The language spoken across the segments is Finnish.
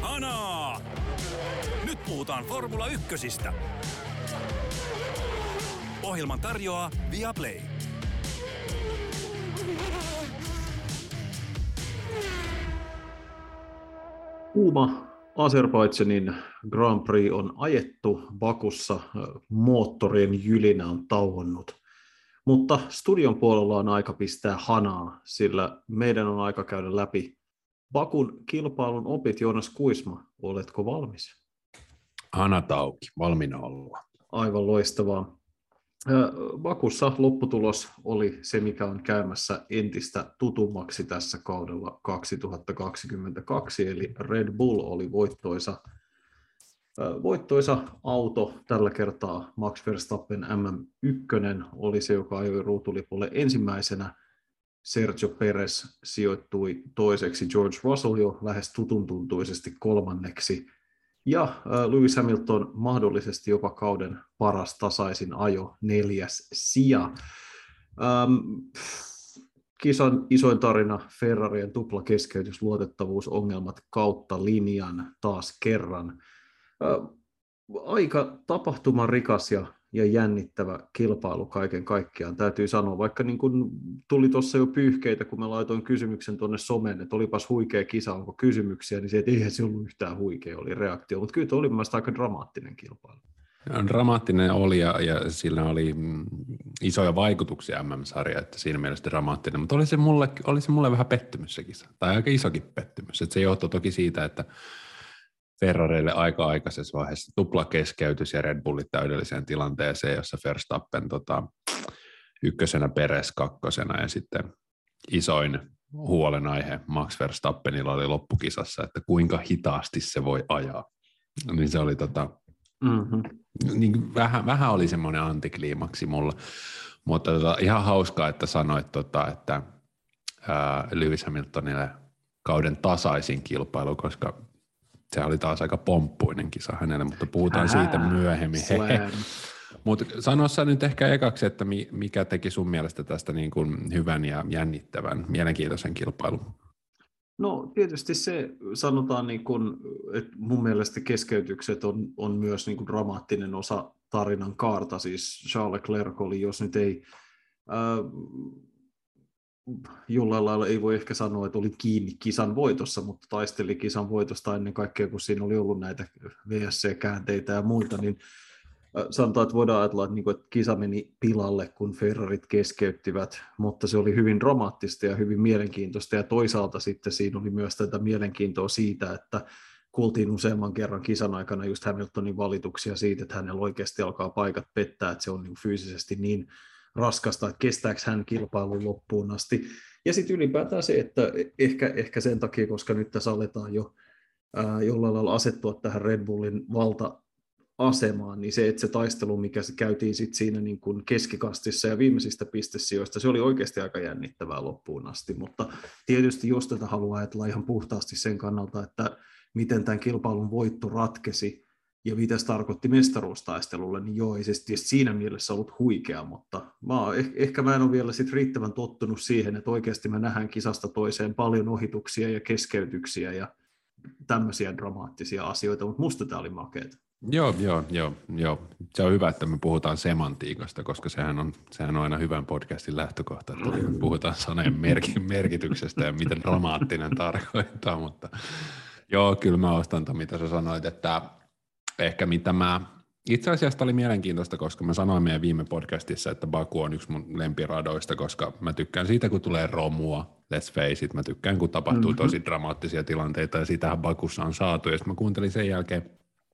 Kanaa! Nyt puhutaan Formula 1:stä. Ohjelman tarjoaa Viaplay. Kuuma Azerbaidžanin Grand Prix on ajettu, Bakussa moottorien jylinä on tauonnut. Mutta studion puolella on aika pistää hanaa, sillä meidän on aika käydä läpi Bakun kilpailun opit. Joonas Kuisma, oletko valmis? Hanat auki, valmiina ollaan. Aivan loistavaa. Bakussa lopputulos oli se, mikä on käymässä entistä tutummaksi tässä kaudella 2022, eli Red Bull oli voittoisa auto. Tällä kertaa Max Verstappen MM1 oli se, joka ajoi ruutulipulle ensimmäisenä. Sergio Perez sijoittui toiseksi, George Russell jo lähes tutuntuntuisesti kolmanneksi. Ja Lewis Hamilton mahdollisesti jopa kauden paras tasaisin ajo, 4. sija. Kisan isoin tarina, Ferrarien tuplakeskeytys, luotettavuusongelmat kautta linjan taas kerran. Aika tapahtumarikas ja jännittävä kilpailu kaiken kaikkiaan, täytyy sanoa, vaikka niin kuin tuli tuossa jo pyyhkeitä, kun mä laitoin kysymyksen tuonne someen, että olipas huikea kisa, onko kysymyksiä, niin se, että eihän se ollut yhtään huikea, oli reaktio, mutta kyllä tuo oli mielestäni aika dramaattinen kilpailu. Dramaattinen oli ja sillä oli isoja vaikutuksia MM-sarja, että siinä mielessä dramaattinen, mutta oli se mulle vähän pettymys se kisa, tai aika isokin pettymys, että se johtui toki siitä, että Ferrareille aika aikaisessa vaiheessa tuplakeskeytys ja Red Bullit täydelliseen tilanteeseen, jossa Verstappen ykkösenä, Perez kakkosena ja sitten isoin huolenaihe Max Verstappenilla oli loppukisassa, että kuinka hitaasti se voi ajaa. Niin se oli niin vähän oli semmoinen antikliimaksi mulla, mutta ihan hauskaa, että sanoit, että Lewis Hamiltonille kauden tasaisin kilpailu, koska se oli taas aika pomppuinen kisa hänelle, mutta puhutaan siitä myöhemmin. Mutta sano sä nyt ehkä ekaksi, että mikä teki sun mielestä tästä niin kuin hyvän ja jännittävän, mielenkiintoisen kilpailun? No tietysti se sanotaan, niin kuin, että mun mielestä keskeytykset on myös niin kuin dramaattinen osa tarinan kaarta. Siis Charles Leclerc oli, jos nyt ei jollain lailla ei voi ehkä sanoa, että oli kiinni kisan voitossa, mutta taisteli kisan voitosta ennen kaikkea, kun siinä oli ollut näitä VSC-käänteitä ja muita, niin sanotaan, että voidaan ajatella, että kisa meni pilalle, kun Ferrarit keskeyttivät, mutta se oli hyvin dramaattista ja hyvin mielenkiintoista, ja toisaalta sitten siinä oli myös tätä mielenkiintoa siitä, että kuultiin useamman kerran kisan aikana just Hamiltonin valituksia siitä, että hänellä oikeasti alkaa paikat pettää, että se on fyysisesti niin raskasta, että kestääkö hän kilpailun loppuun asti. Ja sitten ylipäätään se, että ehkä sen takia, koska nyt tässä aletaan jo jollain lailla asettua tähän Red Bullin valta-asemaan, niin se, että se taistelu, mikä se käytiin sitten siinä niin kuin keskikastissa ja viimeisistä pistesijoista, se oli oikeasti aika jännittävää loppuun asti, mutta tietysti jos tätä haluaa ajatella ihan puhtaasti sen kannalta, että miten tämän kilpailun voitto ratkesi, ja mitä se tarkoitti mestaruustaistelulle, niin joo, ei se siinä mielessä ollut huikea, mutta ehkä mä en ole vielä sit riittävän tottunut siihen, että oikeasti me nähdään kisasta toiseen paljon ohituksia ja keskeytyksiä ja tämmöisiä dramaattisia asioita, mutta musta tämä oli makeeta. Joo. Se on hyvä, että me puhutaan semantiikasta, koska sehän on aina hyvän podcastin lähtökohta, että puhutaan sanojen merkityksestä ja miten dramaattinen tarkoittaa, mutta joo, kyllä mä ostan mitä sä sanoit, että ehkä itse asiassa oli mielenkiintoista, koska mä sanoin meidän viime podcastissa, että Baku on yksi mun lempiradoista, koska mä tykkään siitä, kun tulee romua, let's face it, mä tykkään, kun tapahtuu tosi dramaattisia tilanteita, ja sitähän Bakussa on saatu, ja sitten mä kuuntelin sen jälkeen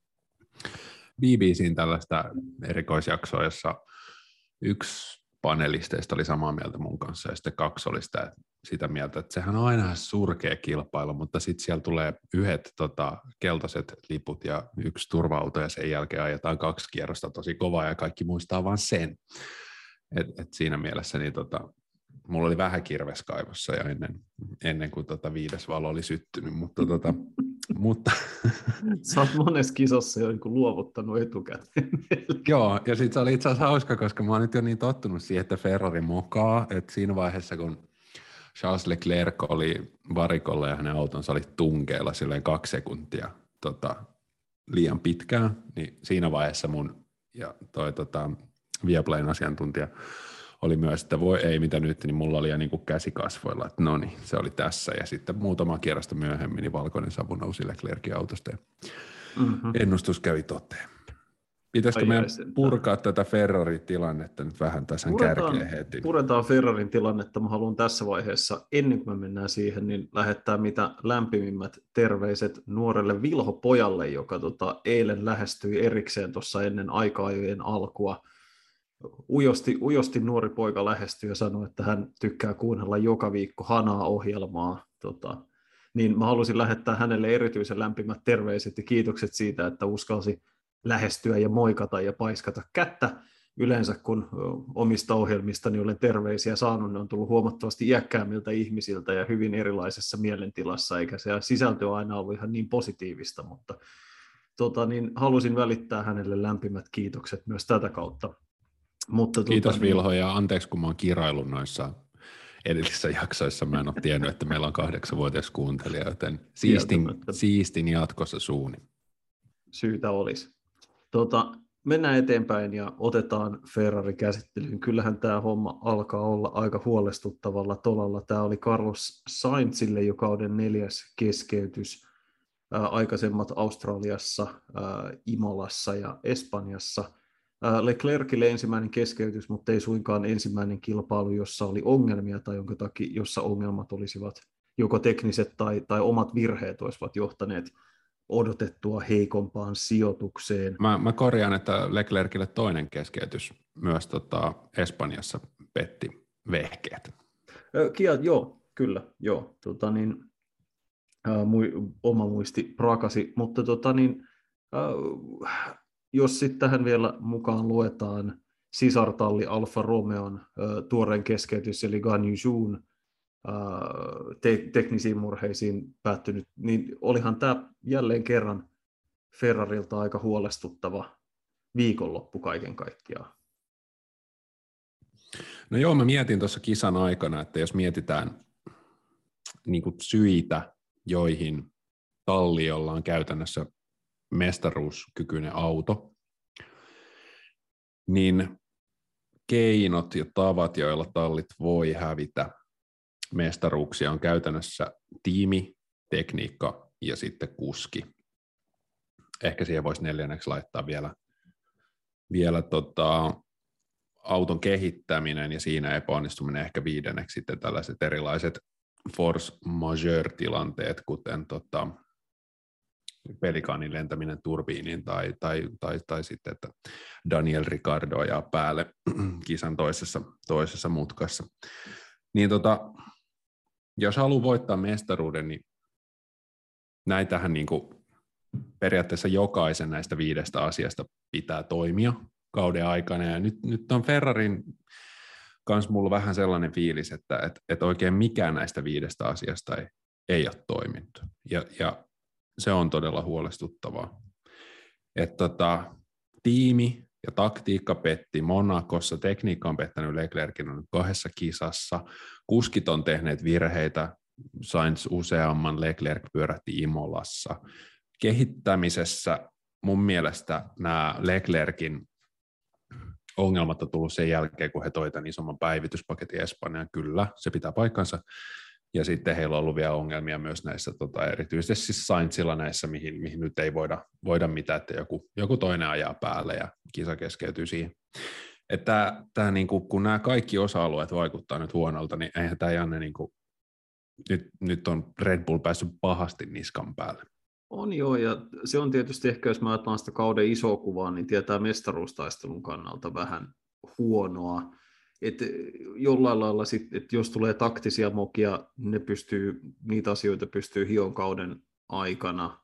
BBC:n tällaista erikoisjaksoa, jossa yksi panelisteista oli samaa mieltä mun kanssa, ja sitten kaksi oli sitä mieltä, että sehän on aina surkea kilpailu, mutta sitten siellä tulee yhdet keltaiset liput ja yksi turva-auto, ja sen jälkeen ajetaan 2 kierrosta tosi kovaa, ja kaikki muistaa vaan sen. Et siinä mielessä niin mulla oli vähän kirveskaivossa ja ennen kuin 5. valo oli syttynyt, mutta Sä oot monessa kisassa jo luovuttanut etukäteen. Joo, ja sitten se oli itse asiassa hauska, koska mä oon nyt jo niin tottunut siihen, että Ferrari mokaa, että siinä vaiheessa, kun Charles Leclerc oli varikolla ja hänen autonsa oli tunkeilla silleen 2 sekuntia liian pitkään, niin siinä vaiheessa mun ja toi Viaplayn asiantuntija oli myös, että voi ei mitä nyt, niin mulla oli jo niin kuin käsi kasvoilla, että no niin, se oli tässä. Ja sitten muutama kierrosta myöhemmin niin valkoinen savu nousi Leclerkin autosta ja ennustus kävi toteen. Pitäisikö meidän purkaa tätä Ferrari-tilannetta nyt vähän tässä kärkeen heti? Puretaan Ferrarin tilannetta. Mä haluan tässä vaiheessa, ennen kuin me mennään siihen, niin lähettää mitä lämpimimmät terveiset nuorelle Vilho-pojalle, joka eilen lähestyi erikseen tuossa ennen aika-ajojen alkua. Ujosti nuori poika lähestyi ja sanoi, että hän tykkää kuunnella joka viikko Hanaa-ohjelmaa. Niin mä halusin lähettää hänelle erityisen lämpimät terveiset ja kiitokset siitä, että uskalsi lähestyä ja moikata ja paiskata kättä. Yleensä kun omista ohjelmistani olen terveisiä saanut, ne on tullut huomattavasti iäkkäämmiltä ihmisiltä ja hyvin erilaisessa mielentilassa, eikä se sisältö aina ollut ihan niin positiivista, mutta niin halusin välittää hänelle lämpimät kiitokset myös tätä kautta. Mutta, kiitos Vilho ja anteeksi kun mä oon kiraillut noissa edellisissä jaksoissa. Mä en ole tiennyt, että meillä on 8-vuotias kuuntelija, joten siistin jatkossa suuni. Syytä olisi. Mennään eteenpäin ja otetaan Ferrari käsittelyyn. Kyllähän tämä homma alkaa olla aika huolestuttavalla tolalla. Tämä oli Carlos Sainzille jo kauden 4. keskeytys. Aikaisemmat Australiassa, Imolassa ja Espanjassa. Leclercille ensimmäinen keskeytys, mutta ei suinkaan ensimmäinen kilpailu, jossa oli ongelmia tai jossa ongelmat olisivat joko tekniset tai omat virheet olisivat johtaneet odotettua heikompaan sijoitukseen. Mä korjaan, että Leclercille toinen keskeytys myös Espanjassa petti vehkeet. Joo, kyllä. Joo. Oma muisti prakasi, mutta jos sitten tähän vielä mukaan luetaan sisartalli Alfa Romeon tuoreen keskeytys, eli Guan Yu Zhun teknisiin murheisiin päättynyt, niin olihan tämä jälleen kerran Ferrarilta aika huolestuttava viikonloppu kaiken kaikkiaan. No joo, mä mietin tuossa kisan aikana, että jos mietitään niin kuin syitä, joihin talli, jolla on käytännössä mestaruuskykyinen auto, niin keinot ja tavat, joilla tallit voi hävitä mestaruuksia, on käytännössä tiimi, tekniikka ja sitten kuski. Ehkä siihen voisi 4. laittaa vielä auton kehittäminen ja siinä epäonnistuminen, ehkä 5. sitten tällaiset erilaiset force majeure-tilanteet, kuten pelikaanin lentäminen turbiiniin tai sitten, että Daniel Ricciardo ajaa päälle kisan toisessa mutkassa. Niin jos haluaa voittaa mestaruuden, niin näitähän niin kuin periaatteessa jokaisen näistä 5 asiasta pitää toimia kauden aikana. Ja nyt on Ferrarin kanssa mulla vähän sellainen fiilis, että oikein mikään näistä 5 asiasta ei ole toiminut. Ja se on todella huolestuttavaa. Että tiimi ja taktiikka petti Monacossa, tekniikka on pettänyt Leclerkin on 2 kisassa, kuskit on tehneet virheitä, Sainz useamman, Leclerc pyörähti Imolassa. Kehittämisessä mun mielestä nämä Leclerkin ongelmat on tullut sen jälkeen, kun he toi tämän isomman päivityspaketin Espanjaan. Kyllä, se pitää paikkansa. Ja sitten heillä on ollut vielä ongelmia myös näissä, erityisesti siis Sainzilla näissä, mihin nyt ei voida mitään, että joku toinen ajaa päälle ja kisa keskeytyy siihen. Että tämä, niin kun nämä kaikki osa-alueet vaikuttaa nyt huonolta, niin eihän tämä Janne, niin kuin, nyt on Red Bull päässyt pahasti niskan päälle. On joo, ja se on tietysti ehkä, jos mä ajatellaan sitä kauden isoa kuvaa, niin tietää mestaruustaistelun kannalta vähän huonoa. Että jollain lailla sitten, että jos tulee taktisia mokia, niitä asioita pystyy hion kauden aikana.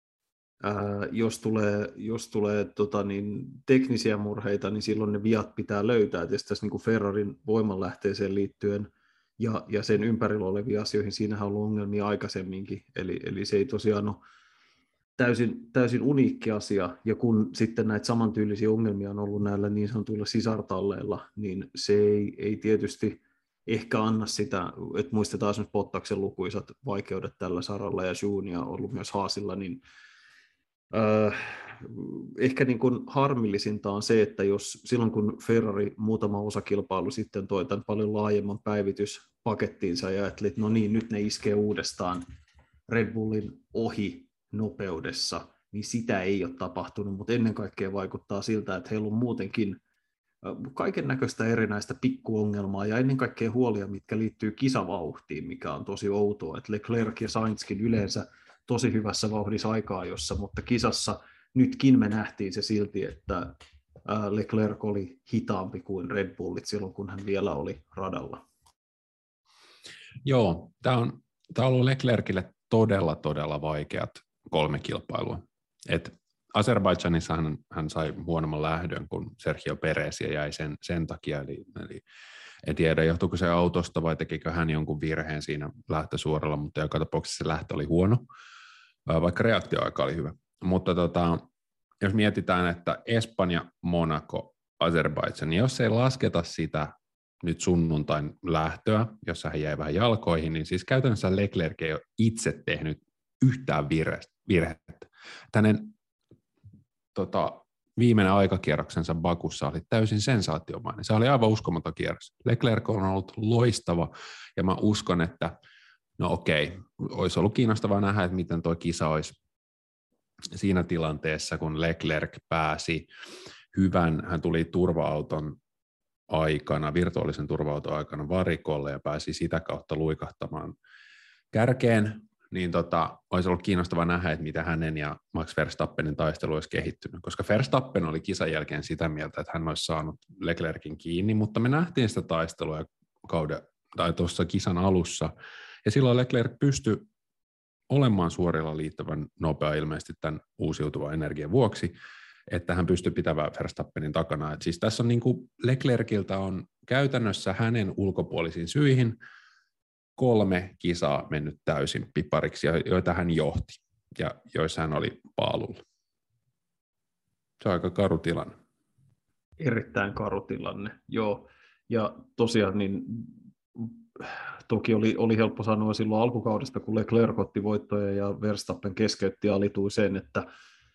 Jos tulee teknisiä murheita, niin silloin ne viat pitää löytää. Et tässä niin kuin Ferrarin voimanlähteeseen liittyen ja sen ympärillä oleviin asioihin, siinähän on ollut ongelmia aikaisemminkin. Eli se ei tosiaan ole täysin uniikki asia, ja kun sitten näitä samantyyllisiä ongelmia on ollut näillä niin sanotuilla sisartalleilla, niin se ei tietysti ehkä anna sitä, että muistetaan esimerkiksi Bottaksen lukuisat vaikeudet tällä saralla, ja Zhunia on ollut myös Haasilla, niin Ehkä niin kuin harmillisinta on se, että jos silloin kun Ferrari muutama osakilpailu sitten toi tämän paljon laajemman päivityspakettiinsa ja ajatteli, että no niin, nyt ne iskee uudestaan Red Bullin ohi nopeudessa, niin sitä ei ole tapahtunut, mutta ennen kaikkea vaikuttaa siltä, että heillä on muutenkin kaiken näköistä erinäistä pikkuongelmaa ja ennen kaikkea huolia, mitkä liittyy kisavauhtiin, mikä on tosi outoa, että Leclerc ja Sainzkin yleensä tosi hyvässä vauhdissa aika-ajossa, mutta kisassa nytkin me nähtiin se silti, että Leclerc oli hitaampi kuin Red Bullit silloin, kun hän vielä oli radalla. Joo, tämä on ollut Leclercille todella vaikeat 3 kilpailua. Azerbaidžanissa hän sai huonomman lähdön kuin Sergio Perez ja jäi sen takia, eli en tiedä, johtuiko se autosta vai tekikö hän jonkun virheen siinä lähtösuoralla, mutta joka tapauksessa se lähtö oli huono, vaikka reaktioaika oli hyvä. Mutta jos mietitään, että Espanja, Monaco, Azerbaidžan, niin jos ei lasketa sitä nyt sunnuntain lähtöä, jossa hän jäi vähän jalkoihin, niin siis käytännössä Leclerc ei ole itse tehnyt yhtään virhettä. Hänen viimeinen aikakierroksensa Bakussa oli täysin sensaatiomainen. Se oli aivan uskomaton kierros. Leclerc on ollut loistava, ja mä uskon, että no okei, olisi ollut kiinnostavaa nähdä, että miten tuo kisa olisi siinä tilanteessa, kun Leclerc pääsi hän tuli turva-auton aikana, virtuaalisen turva-auton aikana varikolle ja pääsi sitä kautta luikahtamaan kärkeen, niin olisi ollut kiinnostavaa nähdä, että mitä hänen ja Max Verstappenin taistelu olisi kehittynyt, koska Verstappen oli kisan jälkeen sitä mieltä, että hän olisi saanut Leclercin kiinni, mutta me nähtiin sitä taistelua tuossa kisan alussa, ja silloin Leclerc pystyi olemaan suorilla liittävän nopea ilmeisesti tämän uusiutuvan energian vuoksi, että hän pystyy pitämään Verstappenin takana. Et siis tässä on niin kuin Leclerciltä on käytännössä hänen ulkopuolisiin syihin 3 kisaa mennyt täysin pipariksi, joita hän johti ja joissa hän oli paalulla. Se on aika karu tilanne. Erittäin karu tilanne, joo. Ja tosiaan niin toki oli helppo sanoa silloin alkukaudesta, kun Leclerc otti voittoja ja Verstappen keskeytti alituiseen, että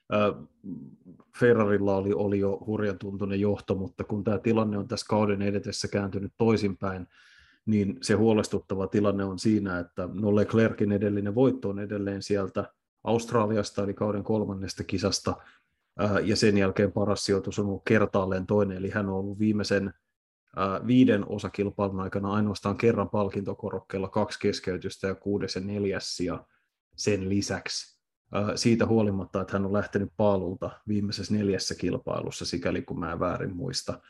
Ferrarilla oli jo hurjan tuntuinen johto, mutta kun tämä tilanne on tässä kauden edetessä kääntynyt toisinpäin, niin se huolestuttava tilanne on siinä, että Leclercin edellinen voitto on edelleen sieltä Australiasta, eli kauden 3. kisasta, ja sen jälkeen paras sijoitus on ollut kertaalleen toinen, eli hän on ollut viimeisen 5 osakilpailun aikana ainoastaan kerran palkintokorokkeella 2 keskeytystä ja 6. ja 4. ja sen lisäksi. Siitä huolimatta, että hän on lähtenyt paalulta viimeisessä 4 kilpailussa, sikäli kun mä en väärin muista.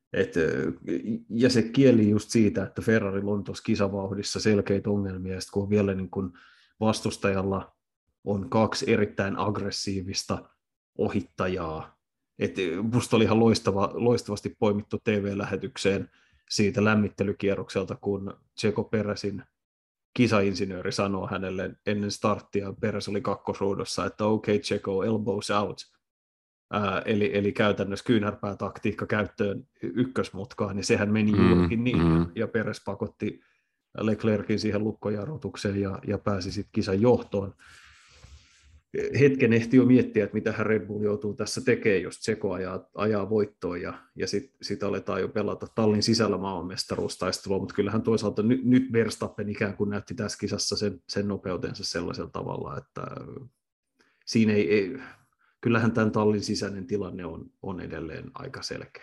Ja se kieli just siitä, että Ferrarilla on tuossa kisavauhdissa selkeitä ongelmia, ja kun vielä niin kun vastustajalla on 2 erittäin aggressiivista ohittajaa. Musta oli ihan loistavasti poimittu TV-lähetykseen siitä lämmittelykierrokselta, kun Checo Perezin kisainsinööri sanoi hänelle ennen starttia, Perez oli kakkosruudossa, että okay, Checo, elbows out. Eli käytännössä kyynärpäätaktiikka käyttöön ykkösmutkaan, niin sehän meni juurikin niin, ja Perez pakotti Leclercin siihen lukkojarrutukseen ja pääsi sitten kisan johtoon. Hetken ehti jo miettiä, että mitä Red Bull joutuu tässä tekemään, jos Checo ajaa voittoon, ja sitten aletaan jo pelata tallin sisällä maailmanmestaruustaistelua, mutta kyllähän toisaalta nyt Verstappen ikään kuin näytti tässä kisassa sen nopeutensa sellaisella tavalla, että siinä ei kyllähän tämän tallin sisäinen tilanne on edelleen aika selkeä.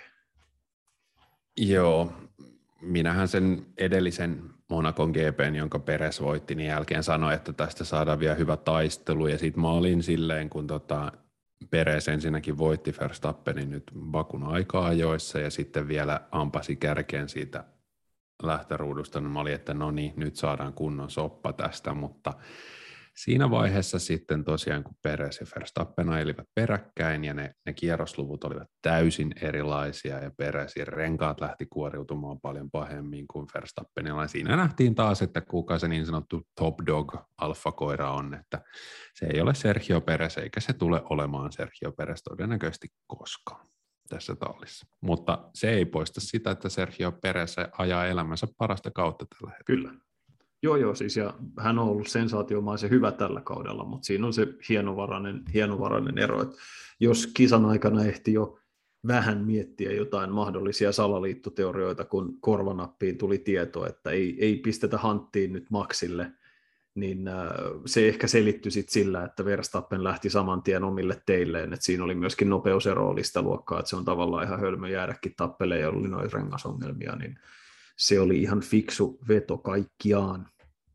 Joo, minähän sen edellisen Monacon GP:n, jonka Perez voitti, niin jälkeen sanoi, että tästä saadaan vielä hyvä taistelu, ja sitten mä olin silleen, kun Perez ensinnäkin voitti Verstappenin nyt Bakun aika-ajoissa, ja sitten vielä ampasi kärkeen siitä lähtöruudusta, niin mä olin, että no niin, nyt saadaan kunnon soppa tästä, mutta siinä vaiheessa sitten tosiaan, kun Perez ja Verstappen ajelivat peräkkäin ja ne kierrosluvut olivat täysin erilaisia ja Perezin renkaat lähti kuoriutumaan paljon pahemmin kuin Verstappenilla. Siinä nähtiin taas, että kuka se niin sanottu top dog alfakoira on, että se ei ole Sergio Perez eikä se tule olemaan Sergio Perez todennäköisesti koskaan tässä tallissa. Mutta se ei poista sitä, että Sergio Perez ajaa elämänsä parasta kautta tällä hetkellä. Kyllä. Joo, siis ja hän on ollut sensaatiomaisen hyvä tällä kaudella, mutta siinä on se hienovarainen ero, että jos kisan aikana ehti jo vähän miettiä jotain mahdollisia salaliittoteorioita, kun korvanappiin tuli tieto, että ei pistetä hanttiin nyt Maxille, niin se ehkä selittyi sit sillä, että Verstappen lähti saman tien omille teilleen, että siinä oli myöskin nopeusero sitä luokkaa, että se on tavallaan ihan hölmö jäädäkin tappeleen, ja oli noin rengasongelmia, niin se oli ihan fiksu veto kaikkiaan.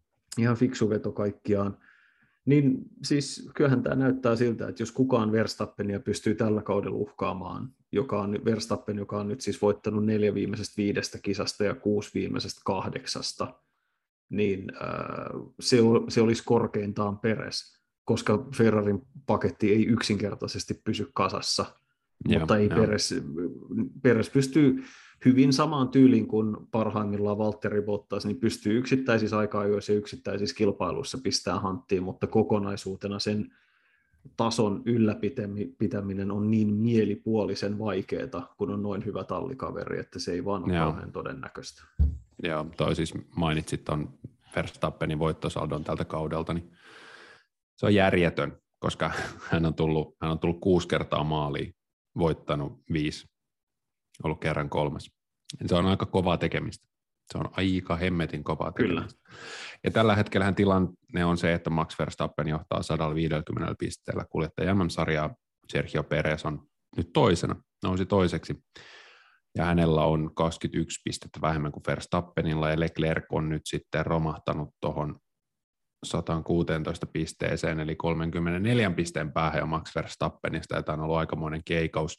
Niin siis kyllähän tämä näyttää siltä, että jos kukaan Verstappenia pystyy tällä kaudella uhkaamaan, Verstappen, joka on nyt siis voittanut 4 viimeisestä 5 kisasta ja 6 viimeisestä 8, niin se olisi korkeintaan Perez, koska Ferrarin paketti ei yksinkertaisesti pysy kasassa, mutta ei Perez pystyy hyvin samaan tyyliin kuin parhaimmillaan Valtteri Bottas, niin pystyy yksittäisissä aika-ajoissa ja yksittäisissä kilpailuissa pistää hanttiin, mutta kokonaisuutena sen tason ylläpitäminen on niin mielipuolisen vaikeaa, kun on noin hyvä tallikaveri, että se ei vaan ole kauhean todennäköistä. Joo, toi siis mainitsit tuon Verstappenin voittosaldon tältä kaudelta, niin se on järjetön, koska hän on tullut 6 kertaa maaliin, voittanut 5, ollut kerran 3. Se on aika kovaa tekemistä. Se on aika hemmetin kovaa tekemistä. Kyllä. Ja tällä hetkellä tilanne on se, että Max Verstappen johtaa 150 pisteellä kuljettaja MM-sarjaa. Sergio Perez on nyt nousi toiseksi. Ja hänellä on 21 pistettä vähemmän kuin Verstappenilla, ja Leclerc on nyt sitten romahtanut tuohon 116 pisteeseen, eli 34 pisteen päähän jo Max Verstappenista, ja tämä on ollut aikamoinen keikaus.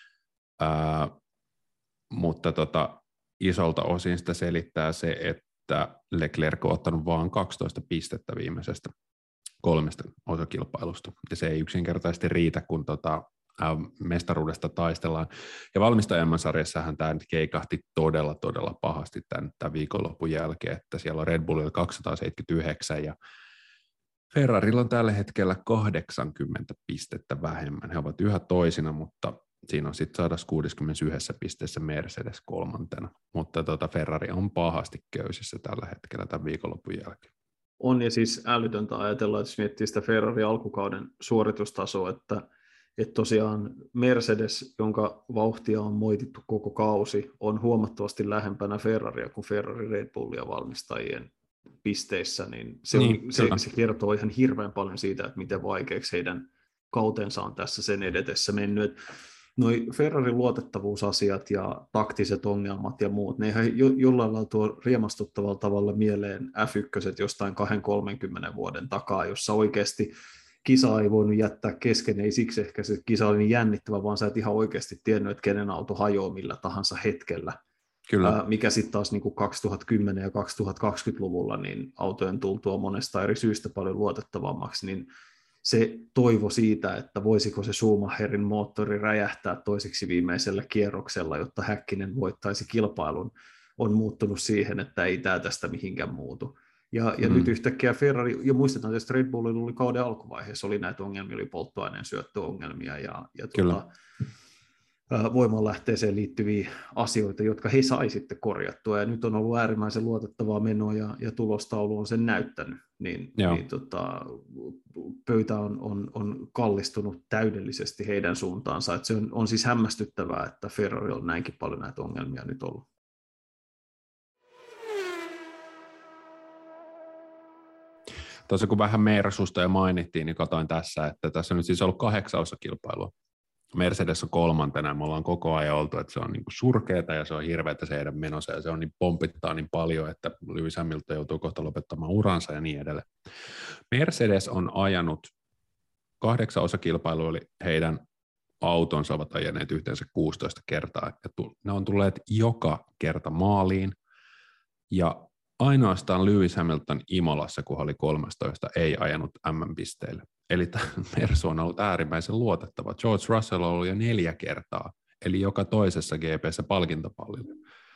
Mutta isolta osin sitä selittää se, että Leclerc on ottanut vain 12 pistettä viimeisestä 3 osakilpailusta, ja se ei yksinkertaisesti riitä, kun mestaruudesta taistellaan. Ja valmistajan-sarjassahan tämä nyt keikahti todella pahasti tämän viikonlopun jälkeen, että siellä on Red Bullilla 279 ja Ferrarilla on tällä hetkellä 80 pistettä vähemmän. He ovat yhä toisina, mutta siinä on sitten 161 pisteessä Mercedes 3. Mutta Ferrari on pahasti köysissä tällä hetkellä tämän viikonlopun jälkeen. On, ja siis älytöntä ajatella, että jos miettii sitä Ferrari alkukauden suoritustasoa, että tosiaan Mercedes, jonka vauhtia on moitittu koko kausi, on huomattavasti lähempänä Ferraria kuin Ferrari Red Bullia valmistajien pisteissä, niin se kertoo ihan hirveän paljon siitä, että miten vaikeaksi heidän kautensa on tässä sen edetessä mennyt. Noi Ferrarin luotettavuusasiat ja taktiset ongelmat ja muut, ne ihan jollain lailla tuo riemastuttavalla tavalla mieleen F1 jostain 20-30 vuoden takaa, jossa oikeasti kisa ei voinut jättää kesken, ei siksi ehkä se kisa oli niin jännittävä, vaan sä et ihan oikeasti tiennyt, että kenen auto hajoaa millä tahansa hetkellä. Kyllä. Mikä sitten taas niin kuin 2010 ja 2020-luvulla niin autojen tultua monesta eri syystä paljon luotettavammaksi, niin se toivo siitä, että voisiko se Schumacherin moottori räjähtää toiseksi viimeisellä kierroksella, jotta Häkkinen voittaisi kilpailun, on muuttunut siihen, että ei tämä tästä mihinkään muutu. Ja nyt yhtäkkiä Ferrari, ja muistetaan, että Red Bullilla oli kauden alkuvaiheessa, oli näitä ongelmia, oli polttoaineen syöttöongelmia ja voimanlähteeseen liittyviä asioita, jotka he sai sitten korjattua, ja nyt on ollut äärimmäisen luotettavaa menoa, ja tulostaulu on sen näyttänyt, pöytä on kallistunut täydellisesti heidän suuntaansa, että se on siis hämmästyttävää, että Ferrari on näinkin paljon näitä ongelmia nyt ollut. Tuossa kun vähän Mersusta jo mainittiin, niin katsoin tässä, että tässä on nyt siis ollut 8 osakilpailua. Mercedes on 3. Me ollaan koko ajan oltu, että se on niin kuin surkeata ja se on hirveätä se heidän menossa ja se on niin pompittaa niin paljon, että Lewis Hamilton joutuu kohta lopettamaan uransa ja niin edelleen. Mercedes on ajanut 8 osakilpailua, eli heidän autonsa ovat ajaneet yhteensä 16 kertaa ja ne on tulleet joka kerta maaliin ja ainoastaan Lewis Hamilton Imolassa, kun oli 13, ei ajanut M-pisteille. Eli Mersu on ollut äärimmäisen luotettava. George Russell on ollut jo 4 kertaa, eli joka toisessa GP:ssä palkintopallilla.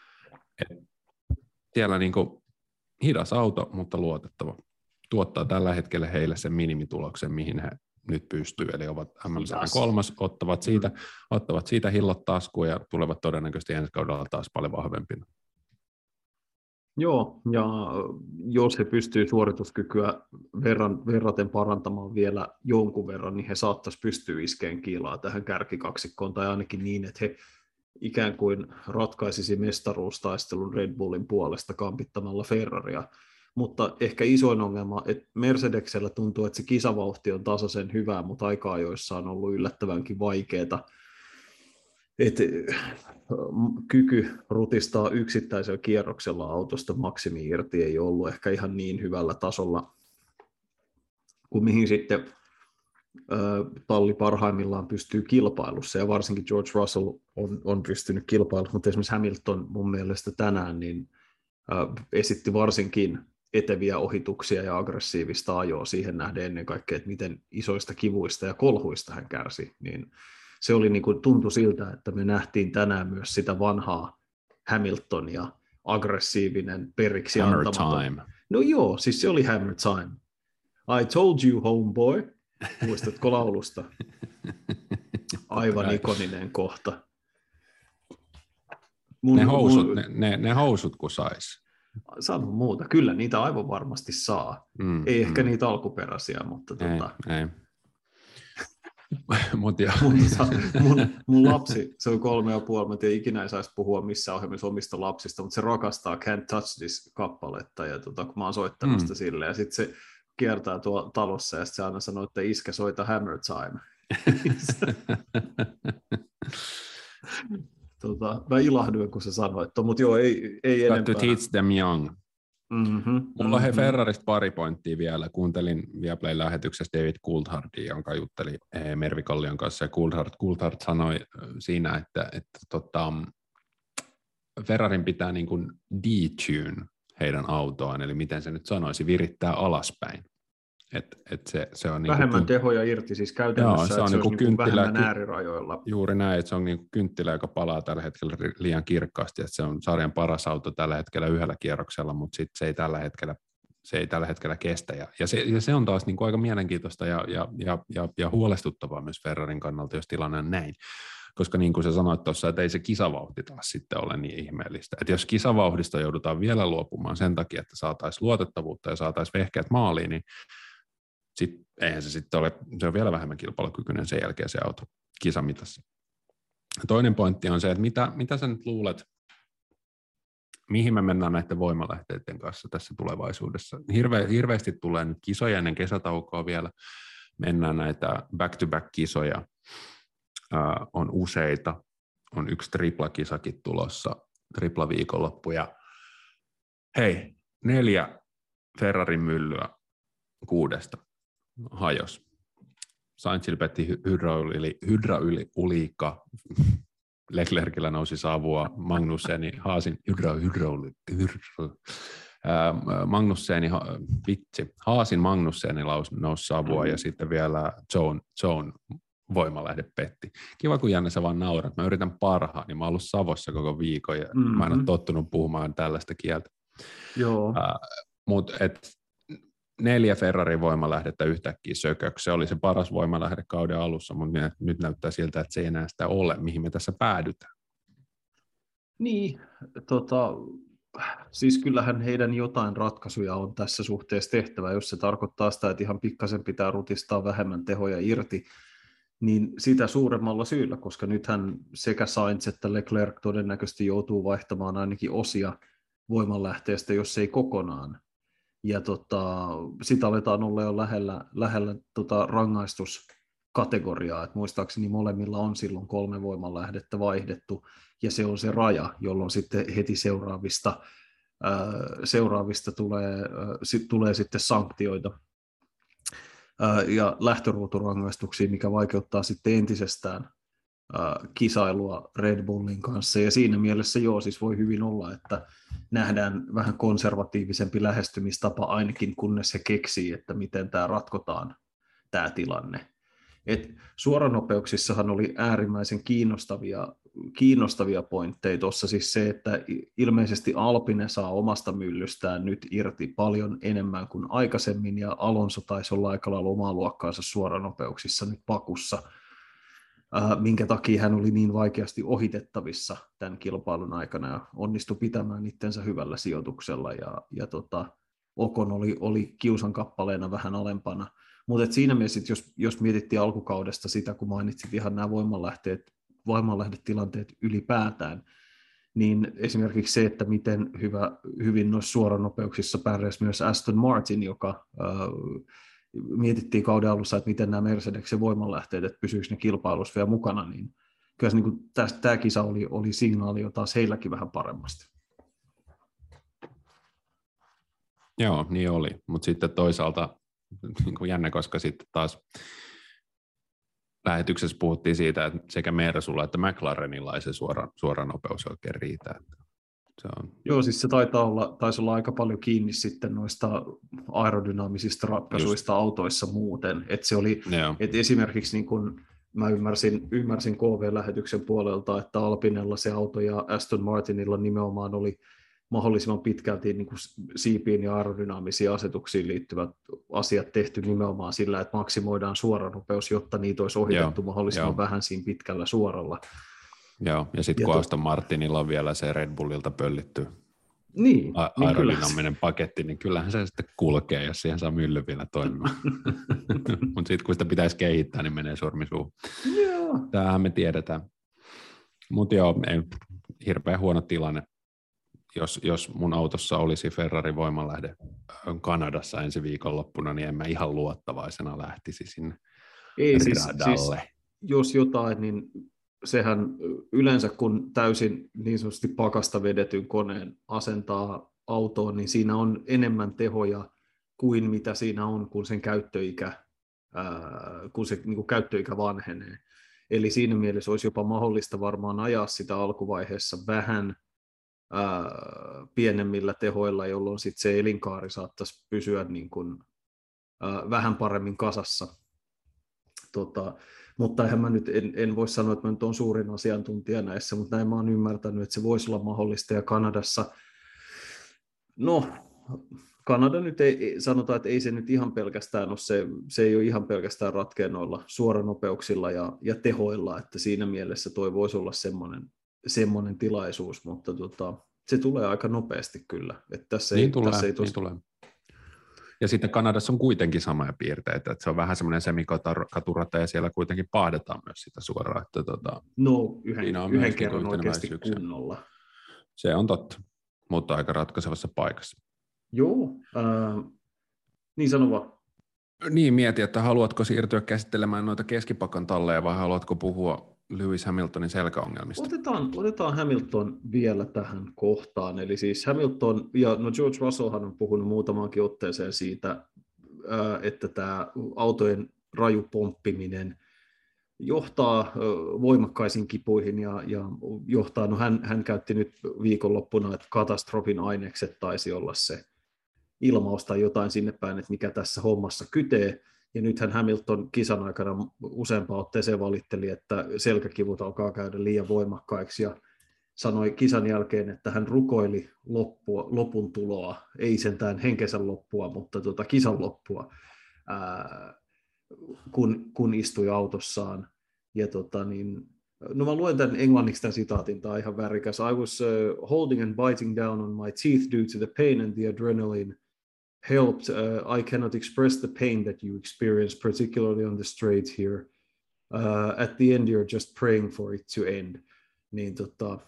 Siellä niin kuin hidas auto, mutta luotettava. Tuottaa tällä hetkellä heille sen minimituloksen, mihin he nyt pystyy. Eli ovat M-sarjan 3, ottavat siitä hillot taskuun ja tulevat todennäköisesti ensi kaudella taas paljon vahvempina. Joo, ja jos he pystyvät suorituskykyä verraten parantamaan vielä jonkun verran, niin he saattaisi pystyä iskeen kiilaa tähän kärkikaksikkoon, tai ainakin niin, että he ikään kuin ratkaisisi mestaruustaistelun Red Bullin puolesta kampittamalla Ferraria. Mutta ehkä isoin ongelma, että Mercedeksellä tuntuu, että se kisavauhti on tasaisen hyvää, mutta aika ajoissa on ollut yllättävänkin vaikeaa. Et kyky rutistaa yksittäisellä kierroksella autosta maksimi irti ei ollut ehkä ihan niin hyvällä tasolla kuin mihin sitten talli parhaimmillaan pystyy kilpailussa, ja varsinkin George Russell on pystynyt kilpailussa, mutta esimerkiksi Hamilton mun mielestä tänään niin esitti varsinkin eteviä ohituksia ja aggressiivista ajoa siihen nähden ennen kaikkea, että miten isoista kivuista ja kolhuista hän kärsi, niin se oli niin kuin, tuntui siltä, että me nähtiin tänään myös sitä vanhaa Hamiltonia, aggressiivinen, periksi Hammer antamaton. time. No joo, siis se oli hammer time. I told you, homeboy. Muistatko laulusta? Aivan ikoninen kohta. Ne housut kun sais. Sano muuta. Kyllä niitä aivan varmasti saa. Ei ehkä niitä alkuperäisiä, mutta ei. mun lapsi, se on 3,5, mä tiedän, ikinä ei saisi puhua missään ohjelmissa omista lapsista, mutta se rakastaa Can't Touch This-kappaletta, ja kun mä oon soittanut sitä silleen, ja sitten se kiertää tuolla talossa, ja sitten se aina sanoo, että iskä soita Hammer Time. Mä ilahduin, kun se sanoi, mutta joo, ei enempää. To teach them young. Mulla on Ferrarista pari pointtia vielä. Kuuntelin Viaplayn lähetyksessä David Coulthardin, jonka jutteli Mervi Kallion kanssa, ja Coulthard sanoi siinä, että Ferrarin pitää niin kuin detune heidän autoaan, eli miten se nyt sanoisi, virittää alaspäin. Se on vähemmän niin tehoja irti, siis käytännössä, joo, se on niin vähemmän äärirajoilla. Juuri näin, että se on niin kynttilä, joka palaa tällä hetkellä liian kirkkaasti, että se on sarjan paras auto tällä hetkellä yhdellä kierroksella, mutta sitten se ei tällä hetkellä kestä. Ja se on taas niin kuin aika mielenkiintoista ja huolestuttavaa myös Ferrarin kannalta, jos tilanne on näin. Koska niin kuin sä sanoit tuossa, että ei se kisavauhti taas sitten ole niin ihmeellistä. Että jos kisavauhdista joudutaan vielä luopumaan sen takia, että saataisiin luotettavuutta ja saataisiin vehkeät maaliin, niin eihän se sitten ole, se on vielä vähemmän kilpailukykyinen sen jälkeen se auto kisamitassa. Toinen pointti on se, että mitä sä nyt luulet, mihin me mennään näiden voimalähteiden kanssa tässä tulevaisuudessa. Hirveästi tulee nyt kisoja ennen kesätaukoa vielä, mennään näitä back-to-back-kisoja, on useita, on yksi triplakisakin tulossa, triplaviikonloppu, ja hei, 4 Ferrarin myllyä 6 hajos. Sainzilla petti hydrauliikka, Leclercillä nousi savua, Magnusseni, Haasin Haasin Magnusseni nousi savua, ja sitten vielä Zone voimalähde petti. Kiva, kun Janne sä vaan naurat. Mä yritän parhaan, niin mä oon ollut Savossa koko viikon, ja mä en ole tottunut puhumaan tällaista kieltä. Joo. Mutta 4 Ferrarin voimalähdettä yhtäkkiä sököksi. Se oli se paras voimalähde kauden alussa, mutta nyt näyttää siltä, että se ei enää sitä ole. Mihin me tässä päädytään? Niin, siis kyllähän heidän jotain ratkaisuja on tässä suhteessa tehtävä. Jos se tarkoittaa sitä, että ihan pikkasen pitää rutistaa vähemmän tehoja irti, niin sitä suuremmalla syyllä, koska nythän sekä Sainz että Leclerc todennäköisesti joutuu vaihtamaan ainakin osia voimanlähteestä, jos ei kokonaan. Ja sitä aletaan olla jo lähellä rangaistuskategoriaa, että muistaakseni molemmilla on silloin 3 voimanlähdettä vaihdettu, ja se on se raja, jolloin sitten heti seuraavista tulee sitten sanktioita ja lähtöruuturangaistuksia, mikä vaikeuttaa sitten entisestään kisailua Red Bullin kanssa, ja siinä mielessä joo, siis voi hyvin olla, että nähdään vähän konservatiivisempi lähestymistapa ainakin, kunnes se keksii, että miten tämä ratkotaan, tämä tilanne. Suoranopeuksissahan oli äärimmäisen kiinnostavia pointteja tuossa, siis se, että ilmeisesti Alpine saa omasta myllystään nyt irti paljon enemmän kuin aikaisemmin, ja Alonso taisi olla aika lailla omaa luokkaansa suoranopeuksissa nyt Bakussa. minkä takia hän oli niin vaikeasti ohitettavissa tämän kilpailun aikana ja onnistui pitämään itsensä hyvällä sijoituksella ja Ocon oli kiusan kappaleena vähän alempana. Mutta siinä mielessä, jos mietittiin alkukaudesta sitä, kun mainitsit ihan nämä voimanlähdetilanteet ylipäätään, niin esimerkiksi se, että miten hyvin noissa suoranopeuksissa pärjäsi myös Aston Martin, joka mietittiin kauden alussa, että miten nämä Mercedeksen voimanlähteet, että pysyykö ne kilpailussa vielä mukana, niin kyllä se, niin tämä kisa oli signaali jo taas heilläkin vähän paremmasti. Joo, niin oli, mutta sitten toisaalta niin kuin jännä, koska sitten taas lähetyksessä puhuttiin siitä, että sekä Mersulla että McLarenilla ei se suora nopeus oikein riitä. Se on... Joo, siis se taisi olla aika paljon kiinni sitten noista aerodynaamisista ratkaisuista autoissa muuten. Että se oli, että esimerkiksi niin kun mä ymmärsin KV-lähetyksen puolelta, että Alpinella se auto ja Aston Martinilla nimenomaan oli mahdollisimman pitkälti niin kuin siipiin ja aerodynaamisiin asetuksiin liittyvät asiat tehty nimenomaan sillä, että maksimoidaan suoranopeus, jotta niitä olisi ohitettu mahdollisimman vähän siinä pitkällä suoralla. Joo, ja sitten kun Aston Martinilla on vielä se Red Bullilta pöllitty aerodynaaminen paketti, niin kyllähän se sitten kulkee, jos siihen saa mylly vielä toimimaan. Mutta sitten kun sitä pitäisi kehittää, niin menee sormi suuhun. Tämähän me tiedetään. Mutta joo, ei, hirveän huono tilanne. Jos mun autossa olisi Ferrari voimanlähde Kanadassa ensi viikonloppuna, niin en mä ihan luottavaisena lähtisi sinne radalle. Siis, jos jotain, niin sehän yleensä kun täysin niin sanotusti pakasta vedetyn koneen asentaa autoon, niin siinä on enemmän tehoja kuin mitä siinä on, kun sen käyttöikä vanhenee. Eli siinä mielessä olisi jopa mahdollista varmaan ajaa sitä alkuvaiheessa vähän pienemmillä tehoilla, jolloin sit se elinkaari saattaisi pysyä niin kuin, vähän paremmin kasassa. Mutta eihän mä nyt en voi sanoa, että mä nyt olen suurin asiantuntija näissä, mutta näin mä oon ymmärtänyt, että se voisi olla mahdollista. Ja Kanadassa, no Kanada nyt ei sanota, että ei se nyt ihan pelkästään ole, se ei ole ihan pelkästään ratkea noilla suoranopeuksilla ja tehoilla, että siinä mielessä toi voisi olla semmoinen tilaisuus, mutta se tulee aika nopeasti kyllä. Että tässä niin tulee. Ja sitten Kanadassa on kuitenkin samoja piirteitä, että se on vähän semmoinen semikaturata ja siellä kuitenkin paahdetaan myös sitä suoraan. Että no yhden kerran oikeasti kunnolla. Se on totta, mutta aika ratkaisevassa paikassa. Joo, niin sano vaan. Niin, mieti, että haluatko siirtyä käsittelemään noita keskipakan talleja vai haluatko puhua Lewis Hamiltonin selkäongelmista? Otetaan Hamilton vielä tähän kohtaan. Eli siis Hamilton, ja no George Russellhan on puhunut muutamaankin otteeseen siitä, että tämä autojen raju pomppiminen johtaa voimakkaisiin kipuihin ja johtaa, no hän käytti nyt viikonloppuna, että katastrofin ainekset taisi olla se ilmaus tai jotain sinne päin, että mikä tässä hommassa kytee. Ja nythän Hamilton kisan aikana useampaan otteeseen valitteli, että selkäkivut alkaa käydä liian voimakkaiksi ja sanoi kisan jälkeen, että hän rukoili lopun tuloa, ei sentään henkensä loppua, mutta kisan loppua, kun istui autossaan. Ja no mä luen tämän englanniksi tämän sitaatin, tämä on ihan värikäs. I was holding and biting down on my teeth due to the pain and the adrenaline helped. I cannot express the pain that you experience, particularly on the straight here. At the end, you're just praying for it to end. Niin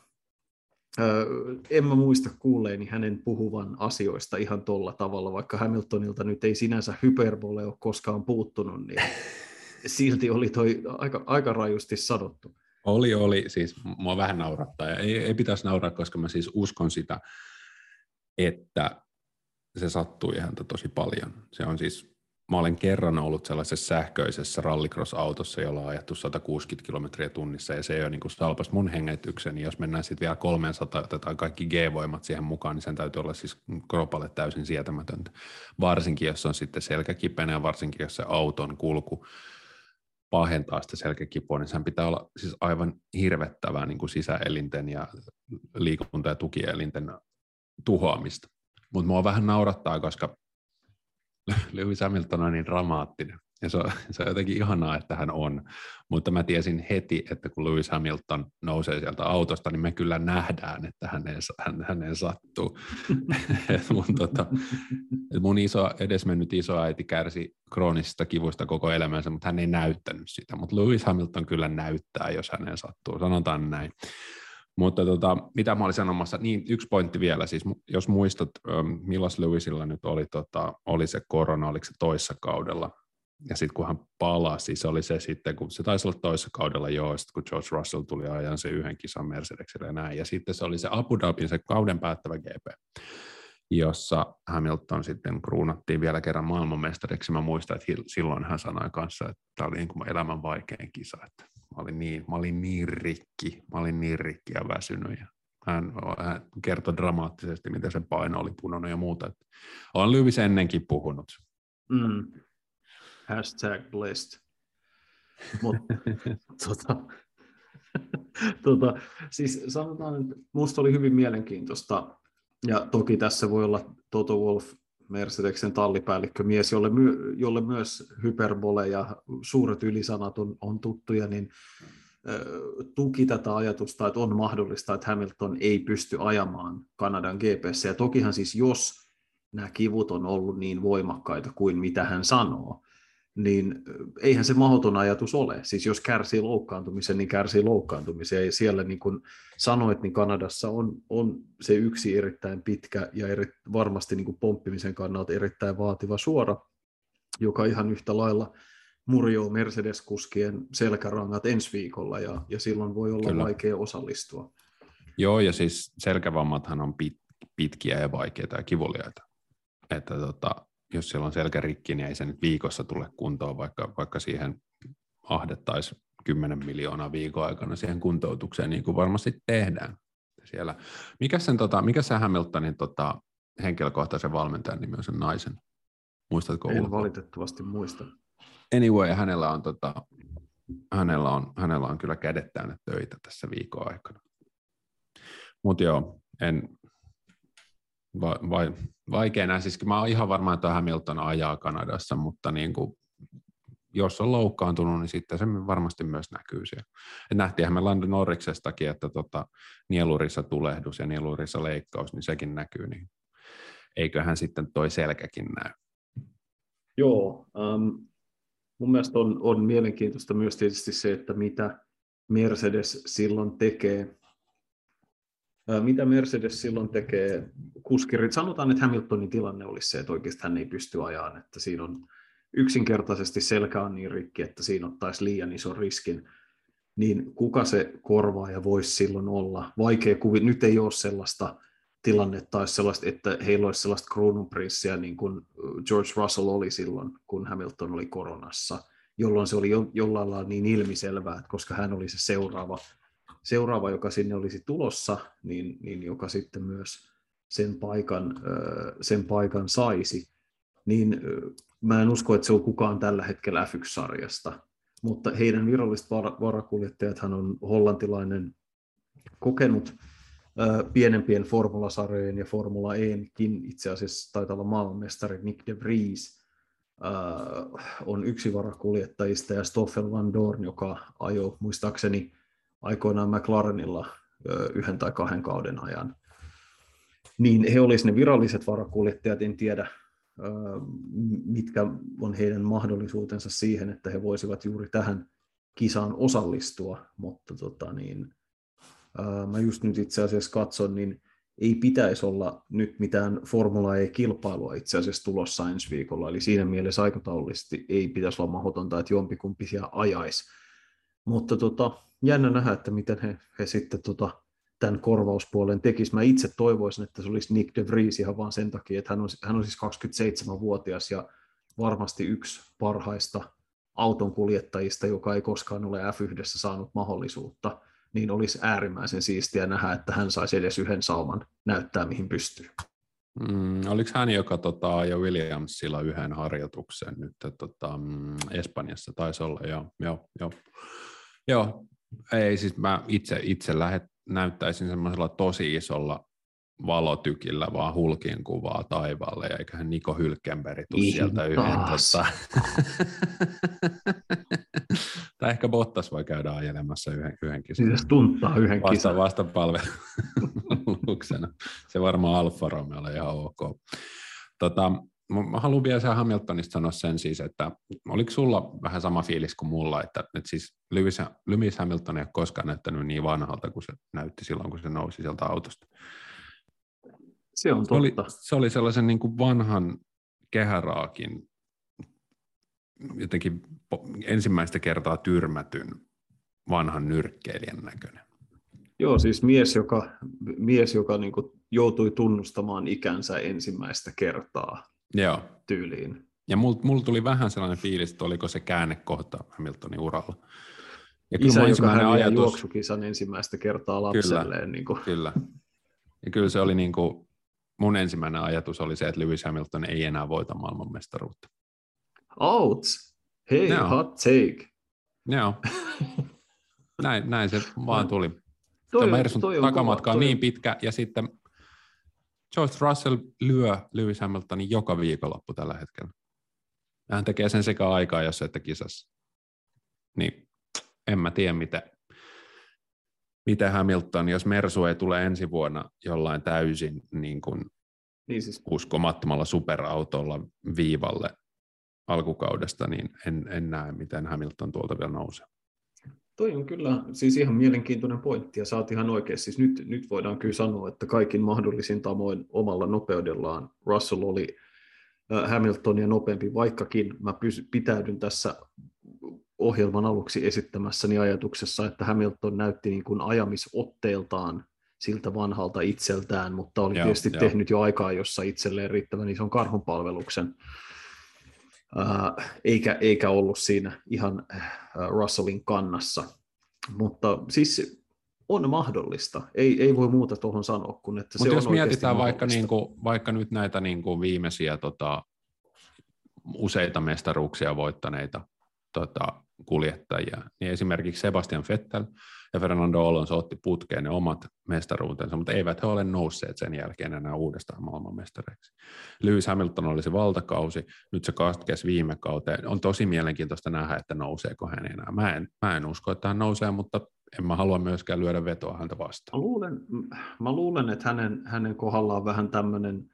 en mä muista kuulleeni hänen puhuvan asioista ihan tolla tavalla, vaikka Hamiltonilta nyt ei sinänsä hyperbole ole koskaan puuttunut, niin silti oli toi aika rajusti sanottu. Oli, siis mua vähän naurattaa, ja ei pitäisi nauraa, koska mä siis uskon sitä, että se sattui häntä tosi paljon. Se on siis, mä olen kerran ollut sellaisessa sähköisessä rallycross-autossa, jolla on ajettu 160 kilometriä tunnissa, ja se ei ole niin kuin salpas mun hengitykseni. Jos mennään sitten vielä 300, otetaan kaikki G-voimat siihen mukaan, niin sen täytyy olla siis kropalle täysin sietämätöntä. Varsinkin, jos on sitten selkäkipeänä, ja varsinkin, jos se auton kulku pahentaa sitä selkäkipua, niin sen pitää olla siis aivan hirvettävää niin kuin sisäelinten ja liikunta- ja tukielinten tuhoamista. Mutta mua vähän naurattaa, koska Lewis Hamilton on niin dramaattinen. Ja se on jotenkin ihanaa, että hän on. Mutta mä tiesin heti, että kun Lewis Hamilton nousee sieltä autosta, niin me kyllä nähdään, että häneen sattuu. Mun edesmennyt isoäiti kärsi kroonisista kivuista koko elämänsä, mutta hän ei näyttänyt sitä. Mutta Lewis Hamilton kyllä näyttää, jos häneen sattuu. Sanotaan näin. Mutta mitä mä olin sanomassa, niin yksi pointti vielä, siis jos muistat, milloin Lewisilla nyt oli se korona, oliko se toissa kaudella, ja sitten kun hän palasi, se oli se sitten, kun se taisi olla toissa kaudella jo, sitten kun George Russell tuli ajan se yhden kisan Mercedesille ja näin, ja sitten se oli se Abu Dhabin se kauden päättävä GP, jossa Hamilton sitten kruunattiin vielä kerran maailmanmestariksi. Mä muistan, että silloin hän sanoi kanssa, että tämä oli niin kuin elämän vaikein kisa, että mä olin niin rikki ja väsynyt. Ja hän kertoi dramaattisesti, miten sen paino oli punonut ja muuta. Että olen Lewis ennenkin puhunut. #blessed. Siis sanotaan, että minusta oli hyvin mielenkiintoista, ja toki tässä voi olla Toto Wolff, Mercedesen tallipäällikkömies, jolle myös hyperbole ja suuret ylisanat on tuttuja, niin tuki tätä ajatusta, että on mahdollista, että Hamilton ei pysty ajamaan Kanadan GP:ssä. Ja tokihan siis, jos nämä kivut on ollut niin voimakkaita kuin mitä hän sanoo, niin eihän se mahdoton ajatus ole. Siis jos kärsii loukkaantumisen, niin kärsii loukkaantumisen. Ja siellä, niin kuin sanoit, niin Kanadassa on se yksi erittäin pitkä ja varmasti niin kuin pomppimisen kannalta erittäin vaativa suora, joka ihan yhtä lailla murjoo Mercedes-kuskien selkärangat ensi viikolla, ja silloin voi olla Kyllä. vaikea osallistua. Joo, ja siis selkävammathan on pitkiä ja vaikeita ja kivuliaita. Että jos siellä on selkärikki, niin ei se nyt viikossa tule kuntoon, vaikka siihen ahdettaisiin 10 miljoonaa viikon aikana siihen kuntoutukseen, niin kuin varmasti tehdään siellä. Mikä se Hamiltonin henkilökohtaisen valmentajan nimi on sen naisen? Muistatko? En valitettavasti muista. Anyway, hänellä on kyllä kädet täynnä töitä tässä viikon aikana. Mutta joo, vaikea näin. Siis mä oon ihan varma, että Hamilton ajaa Kanadassa, mutta niin kuin, jos on loukkaantunut, niin sitten se varmasti myös näkyy siellä. Et nähtiinhän me Lando Norriksestakin, että nielurissa tulehdus ja nielurissa leikkaus, niin sekin näkyy. Niin eiköhän sitten toi selkäkin näy. Joo, mun mielestä on mielenkiintoista myös tietysti se, että mitä Mercedes silloin tekee. Kuskirit? Sanotaan, että Hamiltonin tilanne olisi se, että oikeasti hän ei pysty ajamaan, että siinä on yksinkertaisesti selkä on niin rikki, että siinä ottaisi liian ison riskin. Niin kuka se korvaaja voisi silloin olla? Vaikea kuvitella. Nyt ei ole sellaista tilannetta, tai sellaista, että heillä olisi sellaista kruununprinssiä, niin kuin George Russell oli silloin, kun Hamilton oli koronassa, jolloin se oli jollain lailla niin ilmiselvää, että koska hän oli se seuraava, joka sinne olisi tulossa, niin joka sitten myös sen paikan saisi, niin mä en usko, että se on kukaan tällä hetkellä F1-sarjasta, mutta heidän viralliset varakuljettajathan on hollantilainen kokenut pienempien formulasarjojen ja Formula E:nkin itse asiassa taitaa olla maailmanmestari Nick de Vries on yksi varakuljettajista, ja Stoffel Van Dorn, joka ajoi muistaakseni aikoinaan McLarenilla 1 tai 2 kauden ajan. Niin he olisivat ne viralliset varakuljettajat, en tiedä mitkä on heidän mahdollisuutensa siihen, että he voisivat juuri tähän kisaan osallistua, mutta mä just nyt itse asiassa katson, niin ei pitäisi olla nyt mitään Formula E-kilpailua itse asiassa tulossa ensi viikolla, eli siinä mielessä aikataulullisesti ei pitäisi olla mahdotonta, että jompikumpi siellä ajaisi. Mutta jännä nähdä, että miten he sitten tämän korvauspuolen tekisivät. Mä itse toivoisin, että se olisi Nick de Vries ihan vaan sen takia, että hän on siis 27-vuotias ja varmasti yksi parhaista autonkuljettajista, joka ei koskaan ole F1 saanut mahdollisuutta, niin olisi äärimmäisen siistiä nähdä, että hän saisi edes yhden sauman näyttää, mihin pystyy. Oliko hän, joka ajoi Williamsilla yhden harjoituksen nyt Espanjassa? Taisi olla, joo. Ei, siis mä itse näyttäisin semmoisella tosi isolla valotykillä vaan Hulkin kuvaa taivaalle, ja eiköhän Nico Hülkenberg tule sieltä yhden. Tai ehkä Bottas voi käydä ajelemassa yhden kisan. Siis tunttaa yhden kisan. Vastapalveluksena. Se varmaan Alfa Romeo ihan ok. Mä haluan vielä sen Hamiltonista sanoa sen siis, että oliko sulla vähän sama fiilis kuin mulla, että siis Lewis Hamilton ei ole koskaan näyttänyt niin vanhalta kuin se näytti silloin, kun se nousi sieltä autosta. Se on totta. Se oli sellaisen niin kuin vanhan kehäraakin jotenkin ensimmäistä kertaa tyrmätyn vanhan nyrkkeilijän näköinen. Joo, siis mies, joka niin kuin joutui tunnustamaan ikänsä ensimmäistä kertaa. Joo. Tyyliin. Ja mulla tuli vähän sellainen fiilis, että oliko se käännekohta Hamiltonin uralla. Ja isä, joka häviää juoksukisan ensimmäistä kertaa lapselleen. Kyllä. Ja kyllä se oli niin kuin, mun ensimmäinen ajatus oli se, että Lewis Hamilton ei enää voita maailmanmestaruutta. Outs! Hei, hot take! Joo. näin se vaan tuli. Mersun takamatka on niin pitkä, ja sitten George Russell lyö Lewis Hamiltonin joka viikonloppu tällä hetkellä. Hän tekee sen sekä aikaa, jos että kisassa. Niin en mä tiedä, miten Hamilton, jos Mersu ei tule ensi vuonna jollain täysin niin siis uskomattomalla superautolla viivalle alkukaudesta, niin en näe, miten Hamilton tuolta vielä nousee. Toi on kyllä siis ihan mielenkiintoinen pointti, ja sä oot ihan oikein. Siis nyt voidaan kyllä sanoa, että kaikin mahdollisin tavoin omalla nopeudellaan Russell oli Hamiltonia nopeampi, vaikkakin mä pitäydyn tässä ohjelman aluksi esittämässäni ajatuksessa, että Hamilton näytti niin kuin ajamisotteeltaan siltä vanhalta itseltään, mutta oli tietysti tehnyt jo aikaa, jossa itselleen riittävän ison karhunpalveluksen. Eikä ollut siinä ihan Russellin kannassa, mutta siis on mahdollista, ei voi muuta tuohon sanoa, kun että se on jos mietitään vaikka nyt näitä viimeisiä useita mestaruuksia voittaneita kuljettajia, niin esimerkiksi Sebastian Vettel ja Fernando Alonso otti putkeen ne omat mestaruutensa, mutta eivät he ole nousseet sen jälkeen enää uudestaan maailmanmestareiksi. Lewis Hamilton oli se valtakausi, nyt se katkesi viime kauteen. On tosi mielenkiintoista nähdä, että nouseeko hän enää. Mä en usko, että hän nousee, mutta en mä halua myöskään lyödä vetoa häntä vastaan. Mä luulen, että hänen kohdallaan vähän tämmöinen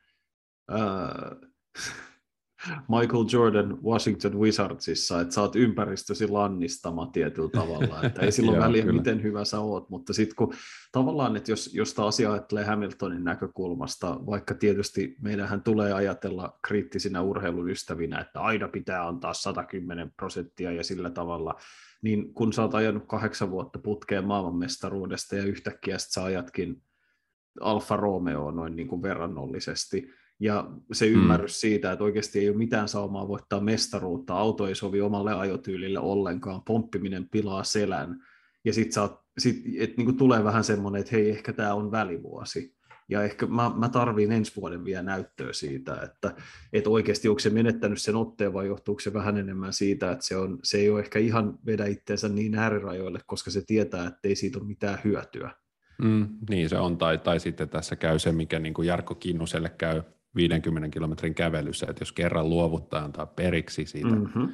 Michael Jordan Washington Wizardsissa, että sä oot ympäristösi lannistama tietyllä tavalla, että ei silloin väliä, miten hyvä sä oot, mutta sitten kun tavallaan, että jos sitä asiaa ajattelee Hamiltonin näkökulmasta, vaikka tietysti meidänhän tulee ajatella kriittisinä urheiluystävinä, että aina pitää antaa 110% ja sillä tavalla, niin kun sä oot ajanut 8 vuotta putkeen maailmanmestaruudesta ja yhtäkkiä sä ajatkin Alfa Romeo noin niin kuin verrannollisesti, ja se ymmärrys siitä, että oikeasti ei ole mitään saumaa voittaa mestaruutta, auto ei sovi omalle ajotyylille ollenkaan, pomppiminen pilaa selän, ja sitten niin tulee vähän semmoinen, että hei, ehkä tämä on välivuosi, ja ehkä mä tarviin ensi vuoden vielä näyttöä siitä, että oikeasti onko se menettänyt sen otteen, vai johtuuko se vähän enemmän siitä, että se ei ole ehkä ihan vedä itseensä niin äärirajoille, koska se tietää, että ei siitä ole mitään hyötyä. Niin se on, tai sitten tässä käy se, mikä niin kuin Jarkko Kinnuselle käy 50 kilometrin kävelyssä, että jos kerran luovuttaa antaa periksi siitä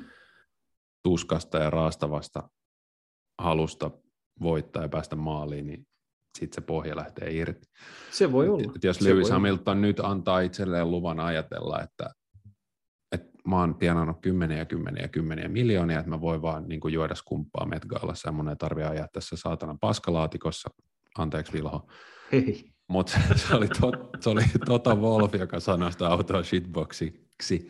tuskasta ja raastavasta halusta voittaa ja päästä maaliin, niin sitten se pohja lähtee irti. Se voi olla. Jos Lewis Hamilton nyt antaa itselleen luvan ajatella, että mä oon tienannut kymmeniä miljoonia, että mä voin vaan niin kuin juoda skumppaa Met-gaalassa ja mun ei tarvitse ajaa tässä saatanan paskalaatikossa, anteeksi Vilho. Hei. Mutta se oli Toto Wolff, joka sanoi sitä autoa shitboxiksi.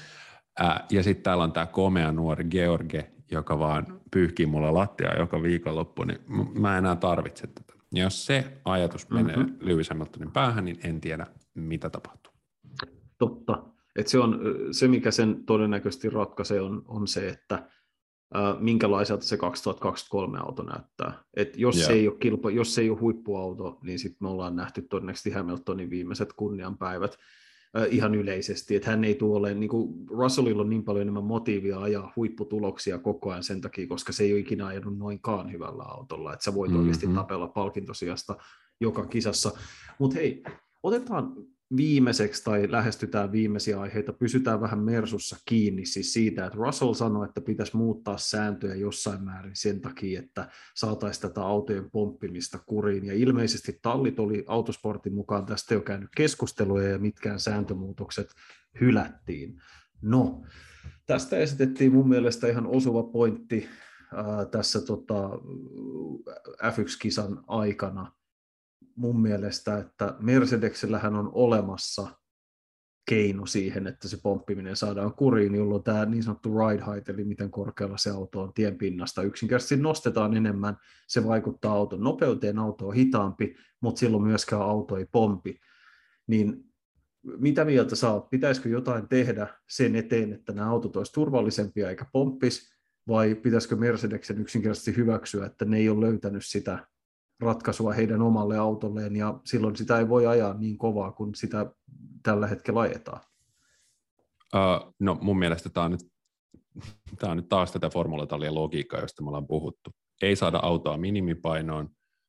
Ja sitten täällä on tämä komea nuori George, joka vaan pyyhkii mulla lattiaa joka viikonloppu, niin mä enää tarvitse tätä. Ja jos se ajatus menee Lewis Hamiltonin päähän, niin en tiedä, mitä tapahtuu. Totta. Et se, mikä sen todennäköisesti ratkaisee, on se, että minkälaiselta se 2023 auto näyttää. Et jos se ei ole huippuauto, niin sitten me ollaan nähty todennäköisesti Hamiltonin viimeiset kunnianpäivät ihan yleisesti. Että hän ei tule olemaan, niin kuin Russellilla on niin paljon enemmän motiivia ajaa huipputuloksia koko ajan sen takia, koska se ei ole ikinä ajanut noinkaan hyvällä autolla. Että sä voit oikeasti tapella palkintosijasta joka kisassa. Mutta hei, Otetaan viimeiseksi tai lähestytään viimeisiä aiheita, pysytään vähän Mersussa kiinni siis siitä, että Russell sanoi, että pitäisi muuttaa sääntöjä jossain määrin sen takia, että saataisiin tätä autojen pomppimista kuriin, ja ilmeisesti tallit oli Autosportin mukaan tästä jo käynyt keskusteluja, ja mitkään sääntömuutokset hylättiin. No, tästä esitettiin mun mielestä ihan osuva pointti tässä F1-kisan aikana, mun mielestä, että Mercedeksellähän on olemassa keino siihen, että se pomppiminen saadaan kuriin, jolloin tämä niin sanottu ride height, eli miten korkealla se auto on tien pinnasta, yksinkertaisesti nostetaan enemmän, se vaikuttaa auton nopeuteen, auto on hitaampi, mutta silloin myöskään auto ei pompi. Niin mitä mieltä sä oot? Pitäisikö jotain tehdä sen eteen, että nämä autot olisi turvallisempia eikä pomppisi, vai pitäisikö Mercedeksen yksinkertaisesti hyväksyä, että ne ei ole löytänyt sitä ratkaisua heidän omalle autolleen, ja silloin sitä ei voi ajaa niin kovaa kuin sitä tällä hetkellä ajetaan? No mun mielestä tämä on nyt taas tätä formulatallien logiikkaa, josta me ollaan puhuttu. Ei saada autoa minimipainoon,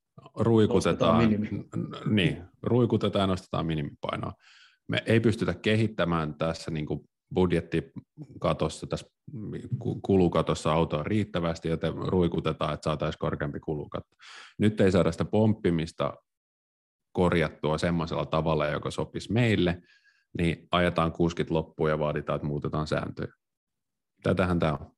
ruikutetaan ja nostetaan minimipainoa. Me ei pystytä kehittämään tässä niin kuin budjettikatossa, tässä kulukatossa autoa riittävästi, joten ruikutetaan, että saataisiin korkeampi kulukatto. Nyt ei saada sitä pomppimista korjattua semmoisella tavalla, joka sopisi meille, niin ajetaan kuskit loppuun ja vaaditaan, että muutetaan sääntöjä. Tätähän tämä on.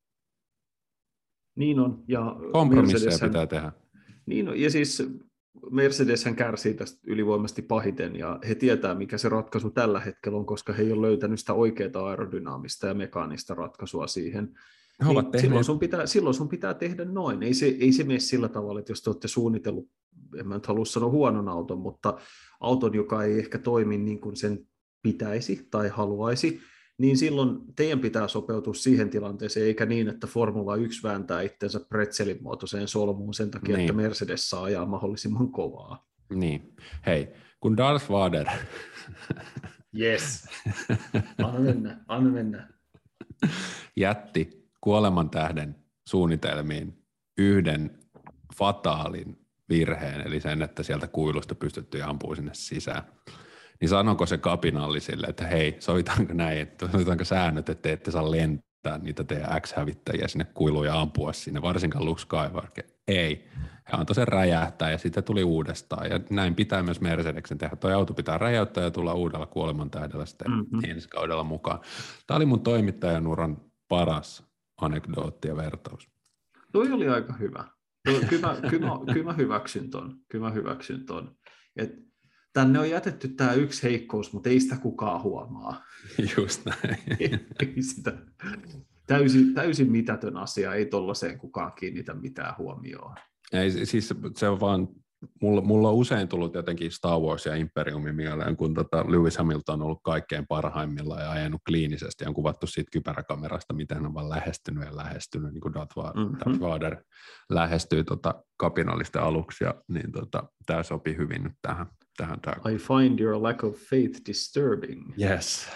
Niin on. Ja kompromisseja pitää tehdä. Niin on, ja siis Mercedeshän kärsii tästä ylivoimaisesti pahiten, ja he tietää, mikä se ratkaisu tällä hetkellä on, koska he ei ole löytänyt sitä oikeaa aerodynaamista ja mekaanista ratkaisua siihen. Niin silloin sun pitää tehdä noin. Ei se mene sillä tavalla, että jos te olette suunnitellut, en mä nyt halua sanoa huonon auton, mutta auton, joka ei ehkä toimi niin kuin sen pitäisi tai haluaisi, niin silloin teidän pitää sopeutua siihen tilanteeseen, eikä niin, että Formula 1 vääntää itsensä pretzelin muotoiseen solmuun sen takia, että Mercedes saa ajaa mahdollisimman kovaa. Niin. Hei, kun Darth Vader... Yes. Anna mennä. Jätti kuoleman tähden suunnitelmiin yhden fataalin virheen, eli sen, että sieltä kuilusta pystyttiin ampumaan sinne sisään. Niin sanonko se kapinallisille, että hei, sovitaanko näin, että sovitaanko säännöt, että ette saa lentää niitä teidän X-hävittäjiä sinne kuiluun ja ampua sinne, varsinkaan Luke Skywalker. Ei. He antoi sen räjähtää ja sitten tuli uudestaan. Ja näin pitää myös Mercedeksen tehdä. Tuo auto pitää räjäyttää ja tulla uudella kuolemantähdellä sitten ensi kaudella mukaan. Tämä oli mun toimittajanuran paras anekdootti ja vertaus. Toi oli aika hyvä. Kyllä mä hyväksyn ton. Tänne on jätetty tämä yksi heikkous, mutta ei sitä kukaan huomaa. Just näin. Ei sitä. Täysin mitätön asia, ei tollaiseen kukaan kiinnitä mitään huomioon. Ei, siis se on vaan, mulla on usein tullut jotenkin Star Wars ja Imperiumin mieleen, kun Lewis Hamilton on ollut kaikkein parhaimmillaan ja ajanut kliinisesti, on kuvattu siitä kypäräkamerasta, miten hän on vaan lähestynyt, niin kuin Darth Vader lähestyy kapinallisten aluksia, niin tämä sopii hyvin nyt tähän. I find your lack of faith disturbing. Yes.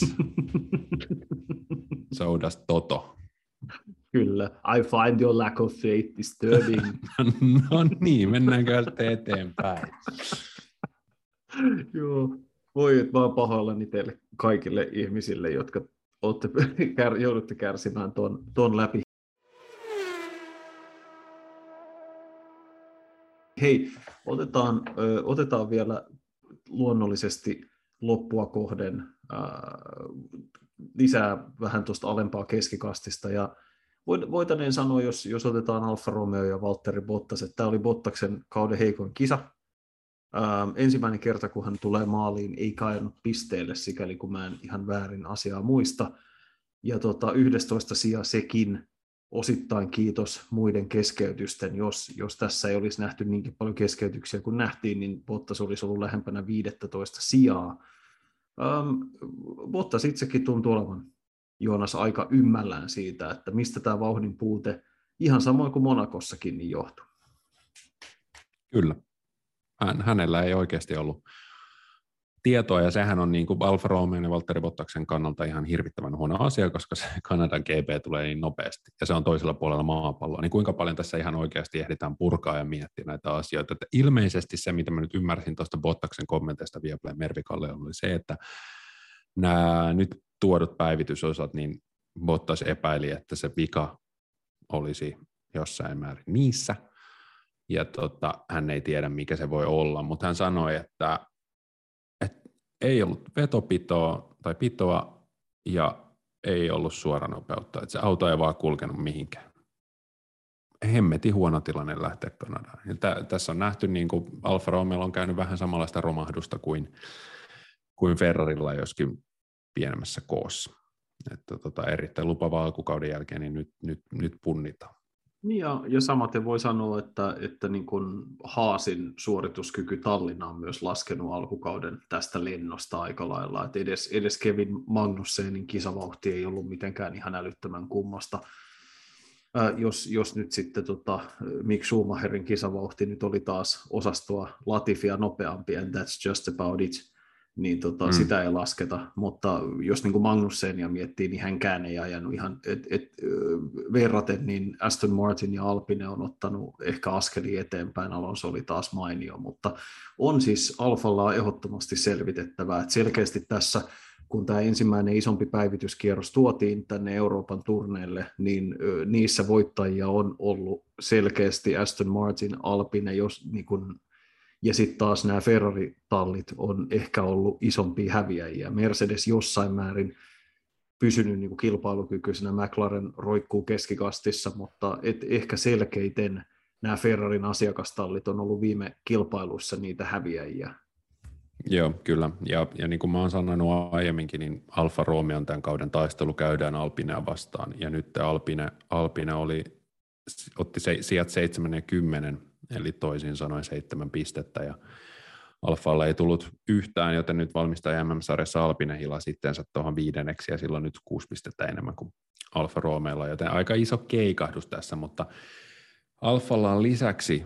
So does Toto. Kyllä, I find your lack of faith disturbing. No niin, mennäänkö eteenpäin? Joo, voi, että mä oon pahoillani teille kaikille ihmisille, jotka joudutte kärsimään ton läpi. Hei, otetaan vielä luonnollisesti loppua kohden lisää vähän tuosta alempaa keskikastista, ja voitaneen sanoa, jos otetaan Alfa Romeo ja Valtteri Bottas, että tämä oli Bottaksen kauden heikoin kisa. Ensimmäinen kerta, kun hän tulee maaliin, ei kajannut pisteelle, sikäli kun mä en ihan väärin asiaa muista, ja 11 sija sekin, osittain kiitos muiden keskeytysten. Jos tässä ei olisi nähty niinkin paljon keskeytyksiä kuin nähtiin, niin Bottas olisi ollut lähempänä 15 sijaa. Bottas itsekin tuntuu olevan, Joonas, aika ymmällään siitä, että mistä tämä vauhdin puute, ihan samoin kuin Monacossakin, niin johtuu. Kyllä. Hänellä ei oikeasti ollut tietoa, ja sehän on niin kuin Alfa Romeon ja Valtteri Bottaksen kannalta ihan hirvittävän huono asia, koska se Kanadan GP tulee niin nopeasti, ja se on toisella puolella maapalloa, niin kuinka paljon tässä ihan oikeasti ehditään purkaa ja miettiä näitä asioita. Että ilmeisesti se, mitä mä nyt ymmärsin tuosta Bottaksen kommenteista Viaplay Mervikalle, oli se, että nämä nyt tuodut päivitysosat, niin Bottas epäili, että se vika olisi jossain määrin niissä, ja hän ei tiedä, mikä se voi olla, mutta hän sanoi, että ei ollut vetopitoa tai pitoa ja ei ollut suoranopeutta, että se auto ei vaan kulkenut mihinkään. Hemmetin huono tilanne lähteä Kanadaan. Ja tässä on nähty, niin kuin Alfa Romeolla on käynyt vähän samanlaista romahdusta kuin Ferrarilla, joskin pienemmässä koossa. Että erittäin lupavaa alkukauden jälkeen, niin nyt punnitaan. Ja samaten voi sanoa, että niin kuin Haasin suorituskyky Tallinna on myös laskenut alkukauden tästä lennosta aika lailla. Että edes Kevin Magnussenin kisavauhti ei ollut mitenkään ihan älyttömän kummasta. Jos nyt sitten Mick Schumacherin kisavauhti nyt oli taas osastoa Latifia nopeampi, and that's just about it, niin sitä ei lasketa, mutta jos niin kuin Magnussenia miettii, niin hänkään ei ajanut ihan, verraten, niin Aston Martin ja Alpine on ottanut ehkä askeli eteenpäin, Alonso oli taas mainio, mutta on siis Alfalla ehdottomasti selvitettävää, että selkeästi tässä, kun tämä ensimmäinen isompi päivityskierros tuotiin tänne Euroopan turneelle, niin niissä voittajia on ollut selkeästi Aston Martin, Alpine, niin kuin ja sitten taas nämä Ferrari-tallit on ehkä ollut isompia häviäjiä. Mercedes jossain määrin pysynyt niin kuin kilpailukykyisenä, McLaren roikkuu keskikastissa, mutta ehkä selkeiten nämä Ferrarin asiakastallit on ollut viime kilpailuissa niitä häviäjiä. Joo, kyllä. Ja niin kuin mä oon sanonut aiemminkin, niin Alfa Romeon tämän kauden taistelu käydään Alpinea vastaan. Ja nyt Alpine otti sijat 7 ja 10, eli toisin sanoen 7 pistettä, ja Alfalla ei tullut yhtään, joten nyt valmistaja MM-sarjassa Alpine hilasi itseensä tuohon 5. ja silloin nyt 6 pistettä enemmän kuin Alfa Romeolla, joten aika iso keikahdus tässä, mutta Alfalla on lisäksi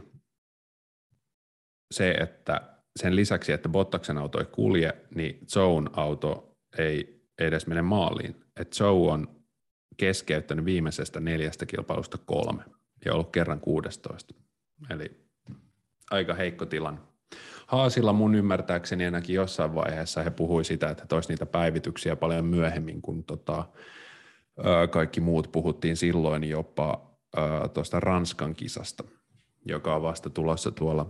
se, että sen lisäksi, että Bottaksen auto ei kulje, niin Zhou'n auto ei edes mene maaliin. Et Zhou on keskeyttänyt viimeisestä 4 kilpailusta 3 ja ollut kerran 16. Eli aika heikko tilanne. Haasilla mun ymmärtääkseni ainakin jossain vaiheessa he puhui sitä, että toisi niitä päivityksiä paljon myöhemmin, kun kaikki muut puhuttiin silloin jopa tuosta Ranskan kisasta, joka on vasta tulossa tuolla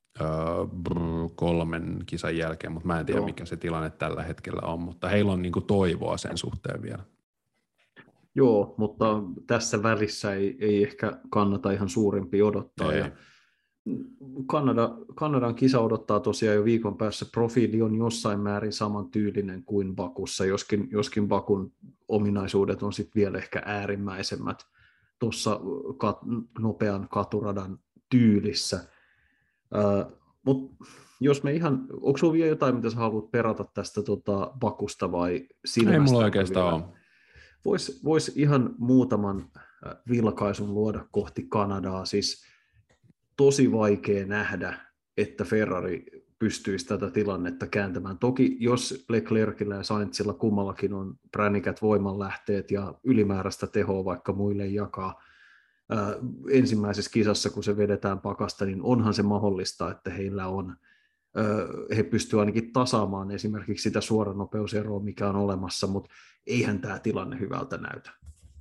3 kisan jälkeen, mutta mä en tiedä mikä se tilanne tällä hetkellä on, mutta heillä on niinku toivoa sen suhteen vielä. Joo, mutta tässä välissä ei ehkä kannata ihan suurempi odottaa. Ja Kanadan kisa odottaa tosiaan jo viikon päässä. Profiili on jossain määrin samantyylinen kuin Bakussa, joskin Bakun ominaisuudet on sitten vielä ehkä äärimmäisemmät tuossa nopean katuradan tyylissä. Mutta jos me ihan, onko sinulla vielä jotain, mitä sä haluat perata tästä Bakusta vai Silmästä? Ei mulla oikeastaan ole. Vois ihan muutaman vilkaisun luoda kohti Kanadaa. Siis tosi vaikea nähdä, että Ferrari pystyisi tätä tilannetta kääntämään. Toki jos Leclercillä ja Sainzilla kummallakin on pränikät voimanlähteet ja ylimääräistä tehoa vaikka muille jakaa ensimmäisessä kisassa, kun se vedetään pakasta, niin onhan se mahdollista, että heillä on, he pystyvät ainakin tasaamaan esimerkiksi sitä suoranopeuseroa, mikä on olemassa, mutta eihän tämä tilanne hyvältä näytä.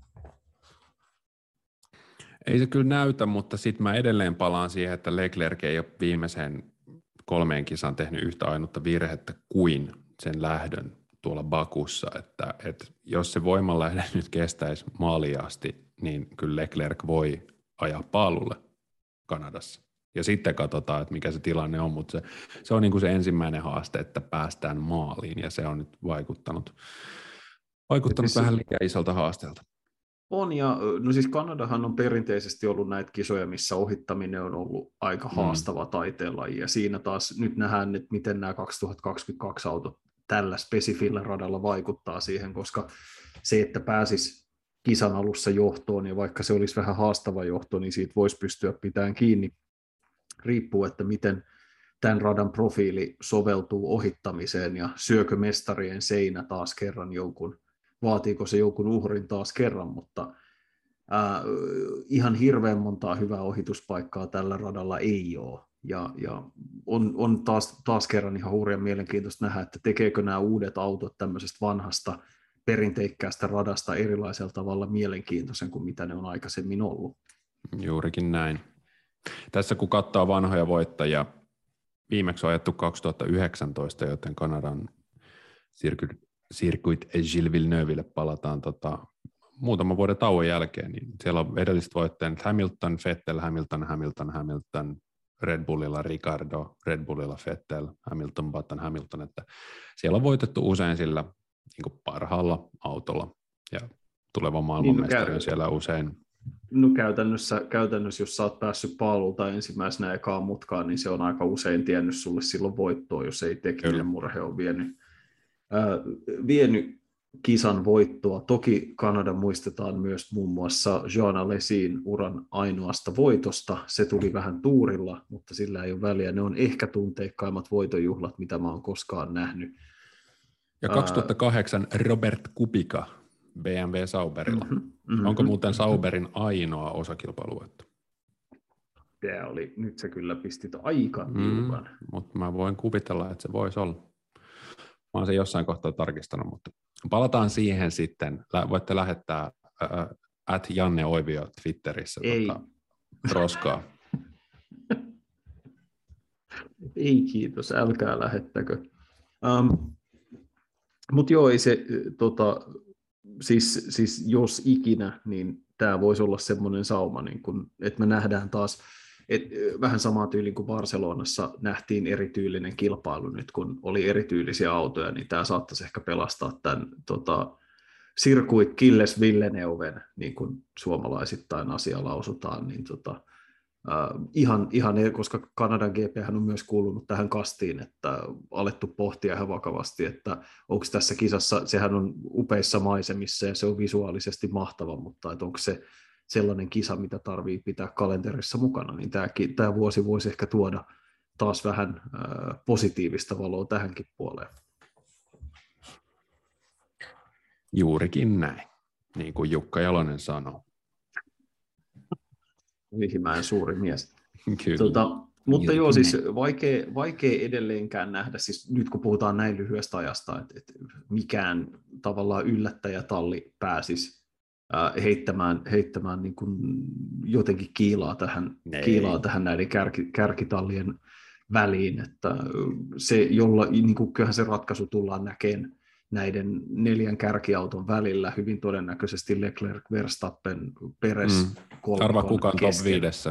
Ei se kyllä näytä, mutta sitten mä edelleen palaan siihen, että Leclerc ei ole viimeiseen 3 kisaan tehnyt yhtä ainutta virhettä kuin sen lähdön tuolla Bakussa, että jos se voimanlähde nyt kestäisi maaliin asti, niin kyllä Leclerc voi ajaa paalulle Kanadassa. Ja sitten katsotaan, että mikä se tilanne on, mutta se on niin kuin se ensimmäinen haaste, että päästään maaliin, ja se on nyt vaikuttanut vähän liian isolta haasteelta. On, ja no siis Kanadahan on perinteisesti ollut näitä kisoja, missä ohittaminen on ollut aika haastava taiteenlaji, ja siinä taas nyt nähdään, että miten nämä 2022 autot tällä spesifillä radalla vaikuttaa siihen, koska se, että pääsisi kisan alussa johtoon, ja vaikka se olisi vähän haastava johto, niin siitä voisi pystyä pitämään kiinni, riippuu, että tämän radan profiili soveltuu ohittamiseen ja syökö mestarien seinä taas kerran jonkun, vaatiiko se jonkun uhrin taas kerran, mutta ihan hirveän montaa hyvää ohituspaikkaa tällä radalla ei ole. Ja on taas kerran ihan hurjan mielenkiintoista nähdä, että tekeekö nämä uudet autot tämmöisestä vanhasta perinteikkäästä radasta erilaisella tavalla mielenkiintoisen kuin mitä ne on aikaisemmin ollut. Juurikin näin. Tässä kun katsoo vanhoja voittajia, viimeksi on ajettu 2019, joten Kanadan Circuit Gilles Villeneuveille palataan muutaman vuoden tauon jälkeen, niin siellä on edelliset voittajat Hamilton, Vettel, Hamilton, Red Bullilla Ricardo, Red Bullilla Vettel, Hamilton, Button, Hamilton, että siellä on voitettu usein sillä niin kuin parhaalla autolla, ja tuleva maailmanmestari on siellä usein. No käytännössä, jos sä oot päässyt paalulta ensimmäisenä ekaan mutkaan, niin se on aika usein tiennyt sulle silloin voittoa, jos ei tekninen murhe ole vienyt kisan voittoa. Toki Kanada muistetaan myös muun muassa Jean Alesiin uran ainoasta voitosta. Se tuli vähän tuurilla, mutta sillä ei ole väliä. Ne on ehkä tunteikkaimmat voitojuhlat, mitä mä oon koskaan nähnyt. Ja 2008 Robert Kubica BMW Sauberilla. Onko muuten Sauberin ainoa osakilpailuvoitto? Tämä oli, nyt sä kyllä pistit aika niukan. Mutta mä voin kuvitella, että se voisi olla. Mä oon sen jossain kohtaa tarkistanut, mutta palataan siihen sitten. Voitte lähettää @Janne Oivio Twitterissä roskaa. Ei kiitos, älkää lähettäkö. Mutta joo, ei se, siis jos ikinä, niin tämä voisi olla semmoinen sauma, niin kun, että me nähdään taas, vähän samaa tyyliin kuin Barcelonassa nähtiin erityylinen kilpailu nyt, kun oli erityylisiä autoja, niin tämä saattaisi ehkä pelastaa tämän Circuit Gilles Villeneuven, niin kuin suomalaisittain asia lausutaan, niin ihan, koska Kanadan GP on myös kuulunut tähän kastiin, että alettu pohtia ihan vakavasti, että onko tässä kisassa, sehän on upeissa maisemissa ja se on visuaalisesti mahtava, mutta että onko se sellainen kisa, mitä tarvii pitää kalenterissa mukana, niin tämä vuosi voisi ehkä tuoda taas vähän positiivista valoa tähänkin puoleen. Juurikin näin, niin kuin Jukka Jalonen sanoo. Vihimäen suuri mies. Mutta joo, siis vaikea edelleenkään nähdä, siis nyt kun puhutaan näin lyhyestä ajasta, että mikään tavallaan yllättäjätalli pääsisi heittämään niin kuin jotenkin kiilaa tähän näiden kärkitallien väliin, että se, jolla niin kuin, kyllähän se ratkaisu tullaan näkemään näiden 4 kärkiauton välillä, hyvin todennäköisesti Leclerc, Verstappen, Perez, Arva kuka on top 5.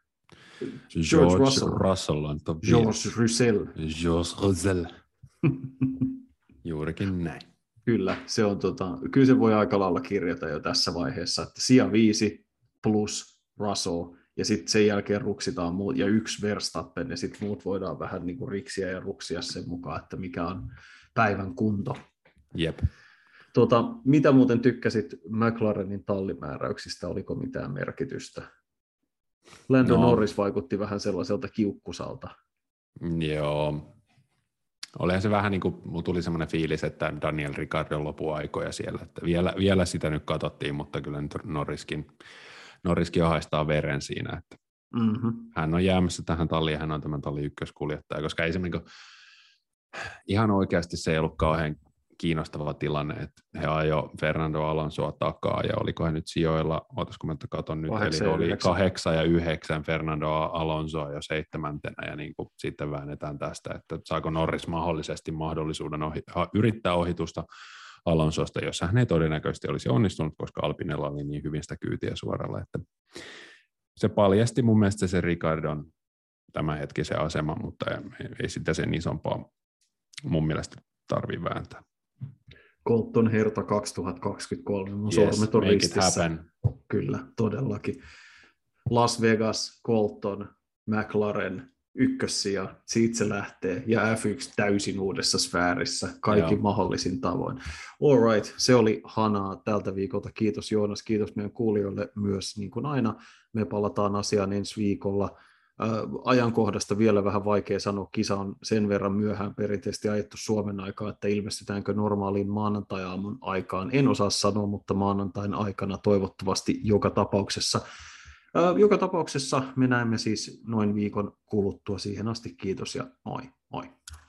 George Russell on top 5. George Russell. Juurikin näin. Kyllä, se on kyllä se voi aika lailla kirjata jo tässä vaiheessa, että sija 5 plus Russell, ja sitten sen jälkeen ruksitaan muut, ja 1 Verstappen, ja sitten muut voidaan vähän niin kuin riksiä ja ruksia sen mukaan, että mikä on päivän kunto. Jep. Mitä muuten tykkäsit McLarenin tallimääräyksistä, oliko mitään merkitystä? Lando Norris vaikutti vähän sellaiselta kiukkusalta. Joo. Olihan se vähän niin kuin, mulla tuli semmoinen fiilis, että Daniel Ricciardon lopuaikoja siellä, että vielä sitä nyt katsottiin, mutta kyllä nyt Norriskin haistaa veren siinä, että hän on jäämässä tähän talliin, hän on tämän tallin ykköskuljettaja, koska ei se niin kuin, ihan oikeasti se ei ollut kauhean kiinnostava tilanne, että he ajoi Fernando Alonsoa takaa, ja oliko he nyt sijoilla, otaisiko mä katon nyt, eli oli 8 ja 9 Fernando Alonsoa jo 7. ja niin kuin sitten väännetään tästä, että saako Norris mahdollisesti mahdollisuuden yrittää ohitusta Alonsosta, jossa hän ei todennäköisesti olisi onnistunut, koska Alpinella oli niin hyvin sitä kyytiä suoralla, että se paljasti mun mielestä se Ricciardon tämänhetkisen aseman, mutta ei sitä sen isompaa mun mielestä tarvitse vääntää. Colton Herta 2023, mun sormet on ristissä. Kyllä, todellakin. Las Vegas, Colton, McLaren, ykkössija, siitä se lähtee, ja F1 täysin uudessa sfäärissä, kaikin mahdollisin tavoin. All right, se oli hanaa tältä viikolta. Kiitos Joonas, kiitos meidän kuulijoille myös, niin kuin aina. Me palataan asiaan ensi viikolla. Ajankohdasta vielä vähän vaikea sanoa. Kisa on sen verran myöhään perinteisesti ajettu Suomen aikaa, että ilmestytäänkö normaaliin maanantai-aamun aikaan. En osaa sanoa, mutta maanantain aikana toivottavasti joka tapauksessa. Joka tapauksessa me näemme siis noin viikon kuluttua. Siihen asti kiitos ja moi moi.